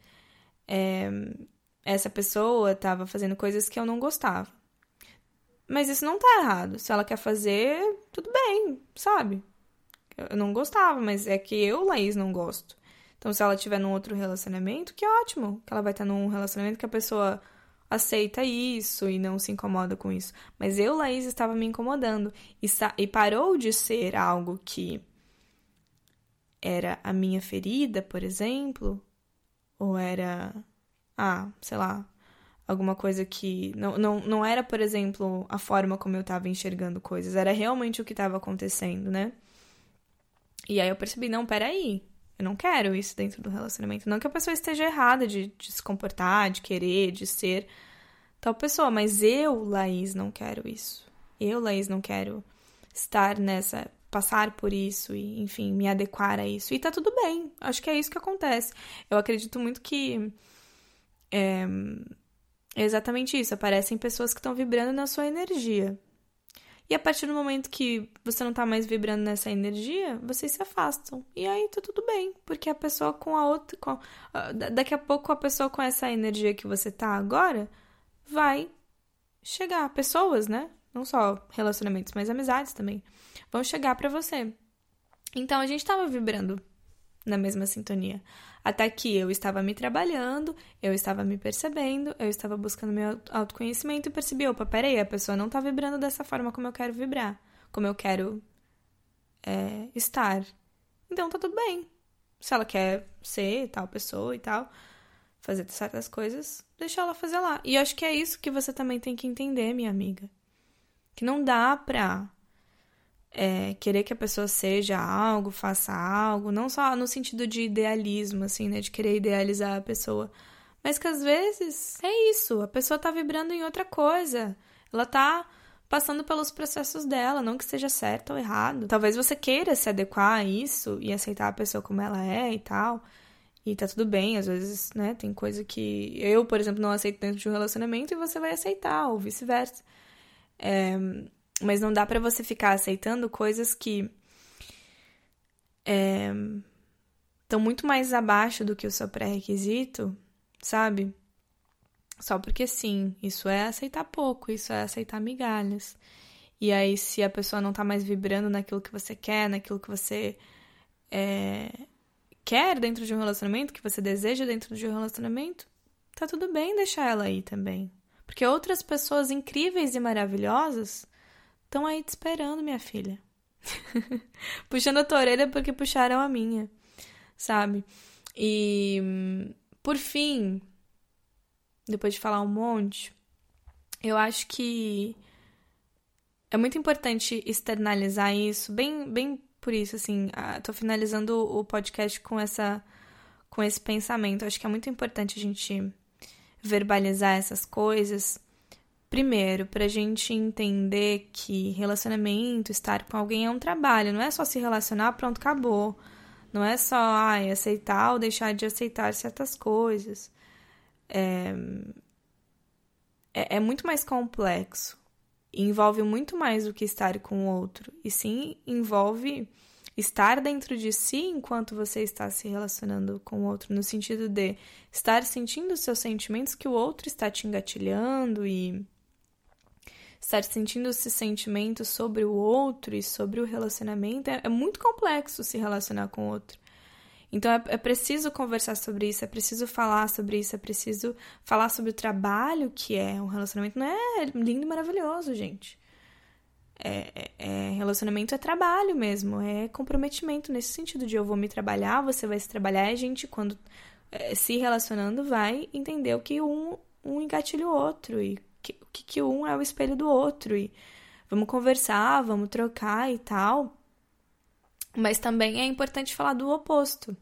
essa pessoa tava fazendo coisas que eu não gostava. Mas isso não tá errado. Se ela quer fazer, tudo bem, sabe? Eu não gostava, mas é que eu, Laís, não gosto. Então, se ela estiver num outro relacionamento, que ótimo. Que ela vai estar num relacionamento que a pessoa aceita isso e não se incomoda com isso. Mas eu, Laís, estava me incomodando. E parou de ser algo que era a minha ferida, por exemplo. Ou era, sei lá, alguma coisa que... Não era, por exemplo, a forma como eu estava enxergando coisas. Era realmente o que estava acontecendo, né? E aí eu percebi, não, peraí, eu não quero isso dentro do relacionamento. Não que a pessoa esteja errada de se comportar, de querer, de ser tal pessoa, mas eu, Laís, não quero isso. Eu, Laís, não quero estar nessa, passar por isso e, enfim, me adequar a isso. E tá tudo bem, acho que é isso que acontece. Eu acredito muito que é exatamente isso, aparecem pessoas que estão vibrando na sua energia. E a partir do momento que você não tá mais vibrando nessa energia, vocês se afastam. E aí tá tudo bem, porque a pessoa com a outra... daqui a pouco a pessoa com essa energia que você tá agora vai chegar. Pessoas, né? Não só relacionamentos, mas amizades também. Vão chegar pra você. Então a gente tava vibrando na mesma sintonia. Até que eu estava me trabalhando, eu estava me percebendo, eu estava buscando meu autoconhecimento e percebi, opa, peraí, a pessoa não tá vibrando dessa forma como eu quero vibrar, como eu quero estar. Então tá tudo bem. Se ela quer ser tal pessoa e tal, fazer certas coisas, deixa ela fazer lá. E eu acho que é isso que você também tem que entender, minha amiga. Que não dá pra querer que a pessoa seja algo, faça algo, não só no sentido de idealismo, assim, né, de querer idealizar a pessoa, mas que às vezes é isso, a pessoa tá vibrando em outra coisa, ela tá passando pelos processos dela, não que seja certo ou errado. Talvez você queira se adequar a isso e aceitar a pessoa como ela é e tal, e tá tudo bem, às vezes, né, tem coisa que eu, por exemplo, não aceito dentro de um relacionamento e você vai aceitar, ou vice-versa. Mas não dá pra você ficar aceitando coisas que estão muito mais abaixo do que o seu pré-requisito, sabe? Só porque sim, isso é aceitar pouco, isso é aceitar migalhas. E aí, se a pessoa não tá mais vibrando naquilo que você quer, naquilo que você quer dentro de um relacionamento, que você deseja dentro de um relacionamento, tá tudo bem deixar ela aí também. Porque outras pessoas incríveis e maravilhosas estão aí te esperando, minha filha. Puxando a tua orelha porque puxaram a minha, sabe? E, por fim, depois de falar um monte, eu acho que é muito importante externalizar isso, bem por isso, assim, tô finalizando o podcast com esse pensamento. Acho que é muito importante a gente verbalizar essas coisas. Primeiro, pra gente entender que relacionamento, estar com alguém é um trabalho, não é só se relacionar, pronto, acabou. Não é só aceitar ou deixar de aceitar certas coisas. É muito mais complexo. E envolve muito mais do que estar com o outro. E sim, envolve estar dentro de si enquanto você está se relacionando com o outro, no sentido de estar sentindo os seus sentimentos que o outro está te engatilhando e estar sentindo esses sentimentos sobre o outro e sobre o relacionamento. É muito complexo se relacionar com o outro. Então é preciso conversar sobre isso, é preciso falar sobre isso, é preciso falar sobre o trabalho que é um relacionamento. Não é lindo e maravilhoso, gente. Relacionamento é trabalho mesmo, é comprometimento nesse sentido de eu vou me trabalhar, você vai se trabalhar, e a gente, quando se relacionando, vai entender o que um engatilha o outro e o que um é o espelho do outro, e vamos conversar, vamos trocar e tal. Mas também é importante falar do oposto,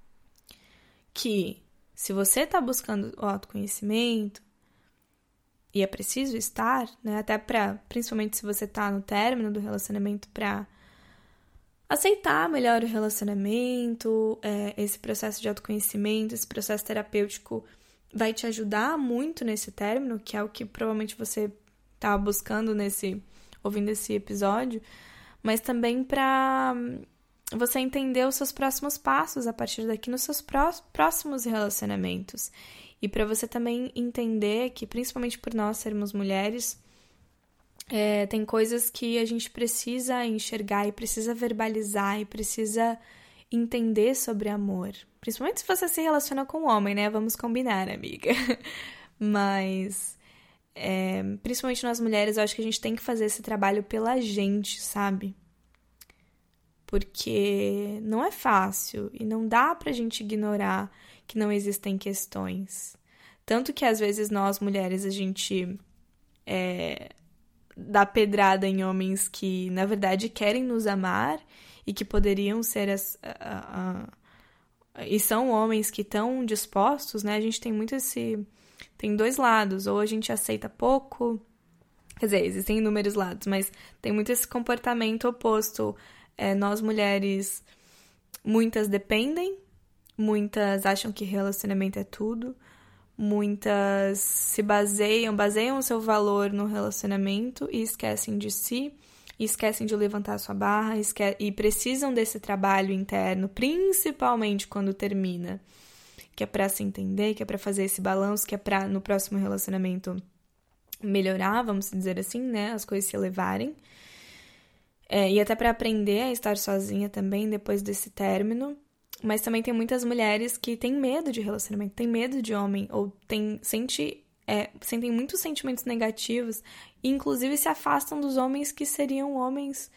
que se você está buscando o autoconhecimento, e é preciso estar, né, até principalmente se você está no término do relacionamento, para aceitar melhor o relacionamento, esse processo de autoconhecimento, esse processo terapêutico vai te ajudar muito nesse término, que é o que provavelmente você está buscando ouvindo esse episódio, mas também para você entender os seus próximos passos a partir daqui nos seus próximos relacionamentos. E para você também entender que, principalmente por nós sermos mulheres, tem coisas que a gente precisa enxergar e precisa verbalizar e precisa entender sobre amor. Principalmente se você se relaciona com um homem, né? Vamos combinar, amiga. Mas, principalmente nós mulheres, eu acho que a gente tem que fazer esse trabalho pela gente, sabe? Porque não é fácil e não dá pra gente ignorar que não existem questões. Tanto que, às vezes, nós, mulheres, a gente dá pedrada em homens que, na verdade, querem nos amar e que poderiam ser e são homens que estão dispostos, né? A gente tem muito tem dois lados, ou a gente aceita pouco, quer dizer, existem inúmeros lados, mas tem muito esse comportamento oposto. Nós mulheres, muitas dependem, muitas acham que relacionamento é tudo, muitas se baseiam o seu valor no relacionamento e esquecem de si, e esquecem de levantar a sua barra, e precisam desse trabalho interno, principalmente quando termina, que é pra se entender, que é pra fazer esse balanço, que é pra no próximo relacionamento melhorar, vamos dizer assim, né, as coisas se elevarem. E até pra aprender a estar sozinha também depois desse término. Mas também tem muitas mulheres que têm medo de relacionamento, têm medo de homem, ou sentem muitos sentimentos negativos, e inclusive se afastam dos homens que seriam homens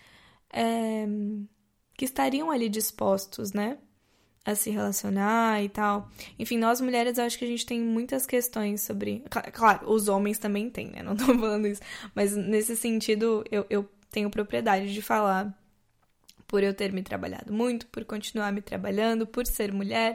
que estariam ali dispostos, né, a se relacionar e tal. Enfim, nós mulheres, eu acho que a gente tem muitas questões sobre... Claro, os homens também têm, né, não tô falando isso, mas nesse sentido eu tenho propriedade de falar, por eu ter me trabalhado muito, por continuar me trabalhando, por ser mulher.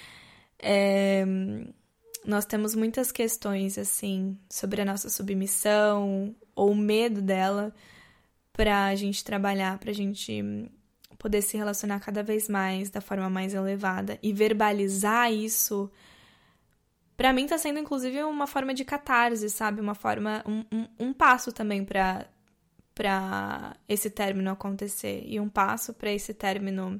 Nós temos muitas questões, assim, sobre a nossa submissão, ou o medo dela, pra gente trabalhar, pra gente poder se relacionar cada vez mais, da forma mais elevada. E verbalizar isso, pra mim tá sendo, inclusive, uma forma de catarse, sabe? Uma forma, um passo também pra esse término acontecer. E um passo para esse término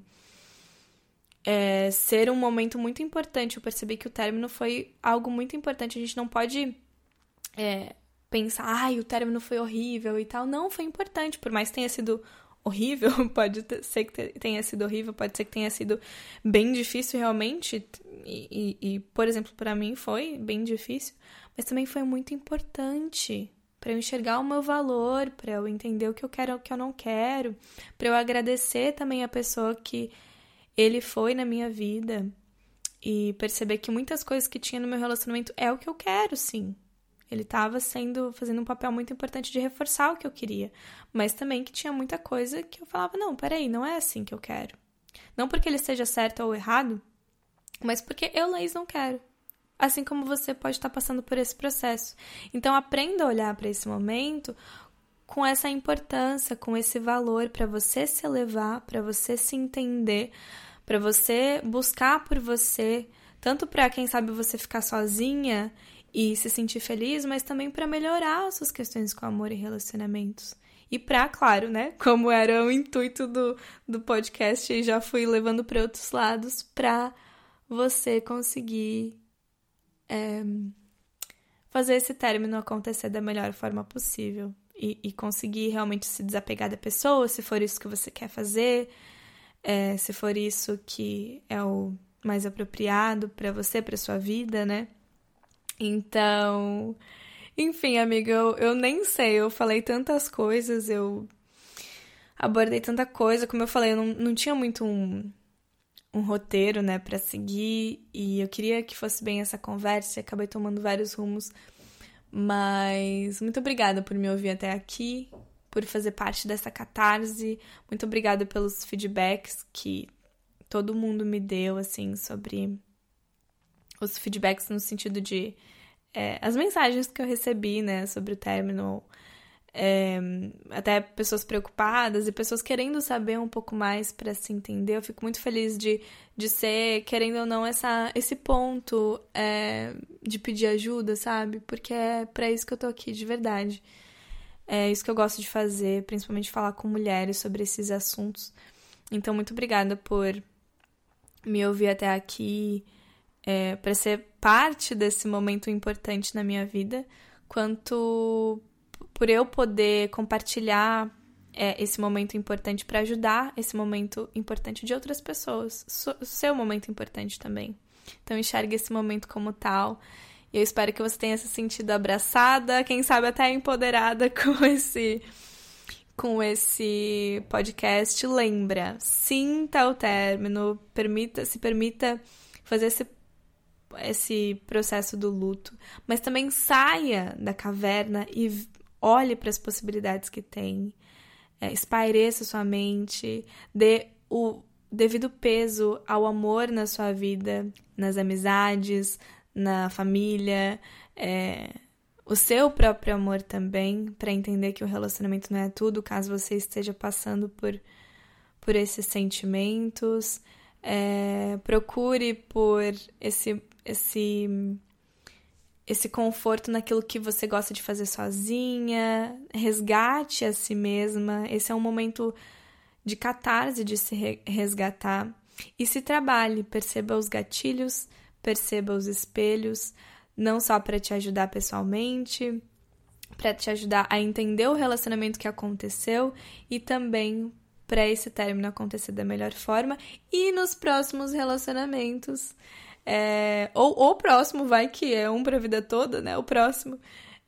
ser um momento muito importante. Eu percebi que o término foi algo muito importante. A gente não pode pensar, o término foi horrível e tal. Não, foi importante. Por mais que tenha sido horrível, pode ser que tenha sido horrível, pode ser que tenha sido bem difícil realmente. E por exemplo, para mim foi bem difícil. Mas também foi muito importante, para eu enxergar o meu valor, para eu entender o que eu quero e o que eu não quero, para eu agradecer também a pessoa que ele foi na minha vida e perceber que muitas coisas que tinha no meu relacionamento é o que eu quero, sim. Ele estava fazendo um papel muito importante de reforçar o que eu queria, mas também que tinha muita coisa que eu falava, não, peraí, não é assim que eu quero. Não porque ele esteja certo ou errado, mas porque eu, Laís, não quero. Assim como você pode estar passando por esse processo. Então, aprenda a olhar para esse momento com essa importância, com esse valor, para você se elevar, para você se entender, para você buscar por você, tanto para, quem sabe, você ficar sozinha e se sentir feliz, mas também para melhorar as suas questões com amor e relacionamentos. E para, claro, né, como era o intuito do podcast, e já fui levando para outros lados, para você conseguir fazer esse término acontecer da melhor forma possível e conseguir realmente se desapegar da pessoa, se for isso que você quer fazer, se for isso que é o mais apropriado para você, para sua vida, né? Então, enfim, amiga, eu nem sei, eu falei tantas coisas, eu abordei tanta coisa, como eu falei, eu não tinha muito um roteiro, né, pra seguir, e eu queria que fosse bem essa conversa e acabei tomando vários rumos, mas muito obrigada por me ouvir até aqui, por fazer parte dessa catarse, muito obrigada pelos feedbacks que todo mundo me deu, assim, sobre os feedbacks no sentido de as mensagens que eu recebi, né, sobre o término, até pessoas preocupadas e pessoas querendo saber um pouco mais para se entender. Eu fico muito feliz de ser, querendo ou não, esse ponto de pedir ajuda, sabe? Porque é para isso que eu tô aqui, de verdade. É isso que eu gosto de fazer, principalmente falar com mulheres sobre esses assuntos. Então, muito obrigada por me ouvir até aqui, para ser parte desse momento importante na minha vida, quanto por eu poder compartilhar esse momento importante para ajudar esse momento importante de outras pessoas, o seu momento importante também. Então, enxergue esse momento como tal. E eu espero que você tenha se sentido abraçada, quem sabe até empoderada com esse podcast. Lembra, sinta o término, se permita fazer esse processo do luto, mas também saia da caverna e olhe para as possibilidades que tem, espaireça sua mente, dê o devido peso ao amor na sua vida, nas amizades, na família, o seu próprio amor também, para entender que o relacionamento não é tudo, caso você esteja passando por esses sentimentos. Procure por esse conforto naquilo que você gosta de fazer sozinha, resgate a si mesma. Esse é um momento de catarse, de se resgatar. E se trabalhe, perceba os gatilhos, perceba os espelhos, não só para te ajudar pessoalmente, para te ajudar a entender o relacionamento que aconteceu e também para esse término acontecer da melhor forma e nos próximos relacionamentos. Ou o próximo, vai que é um pra vida toda, né? O próximo.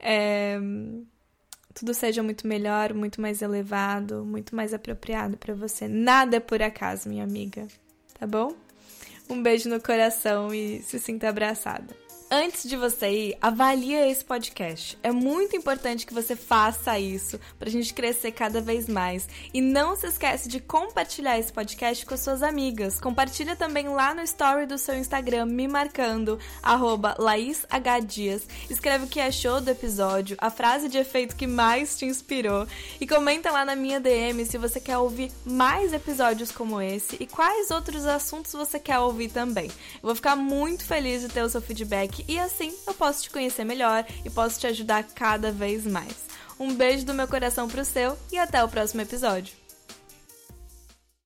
Tudo seja muito melhor, muito mais elevado, muito mais apropriado pra você. Nada é por acaso, minha amiga. Tá bom? Um beijo no coração e se sinta abraçada. Antes de você ir, avalia esse podcast. É muito importante que você faça isso pra gente crescer cada vez mais. E não se esquece de compartilhar esse podcast com as suas amigas. Compartilha também lá no story do seu Instagram, me marcando, @LaísHDias. Escreve o que achou do episódio, a frase de efeito que mais te inspirou. E comenta lá na minha DM se você quer ouvir mais episódios como esse e quais outros assuntos você quer ouvir também. Eu vou ficar muito feliz de ter o seu feedback. E assim eu posso te conhecer melhor e posso te ajudar cada vez mais. Um beijo do meu coração pro seu e até o próximo episódio.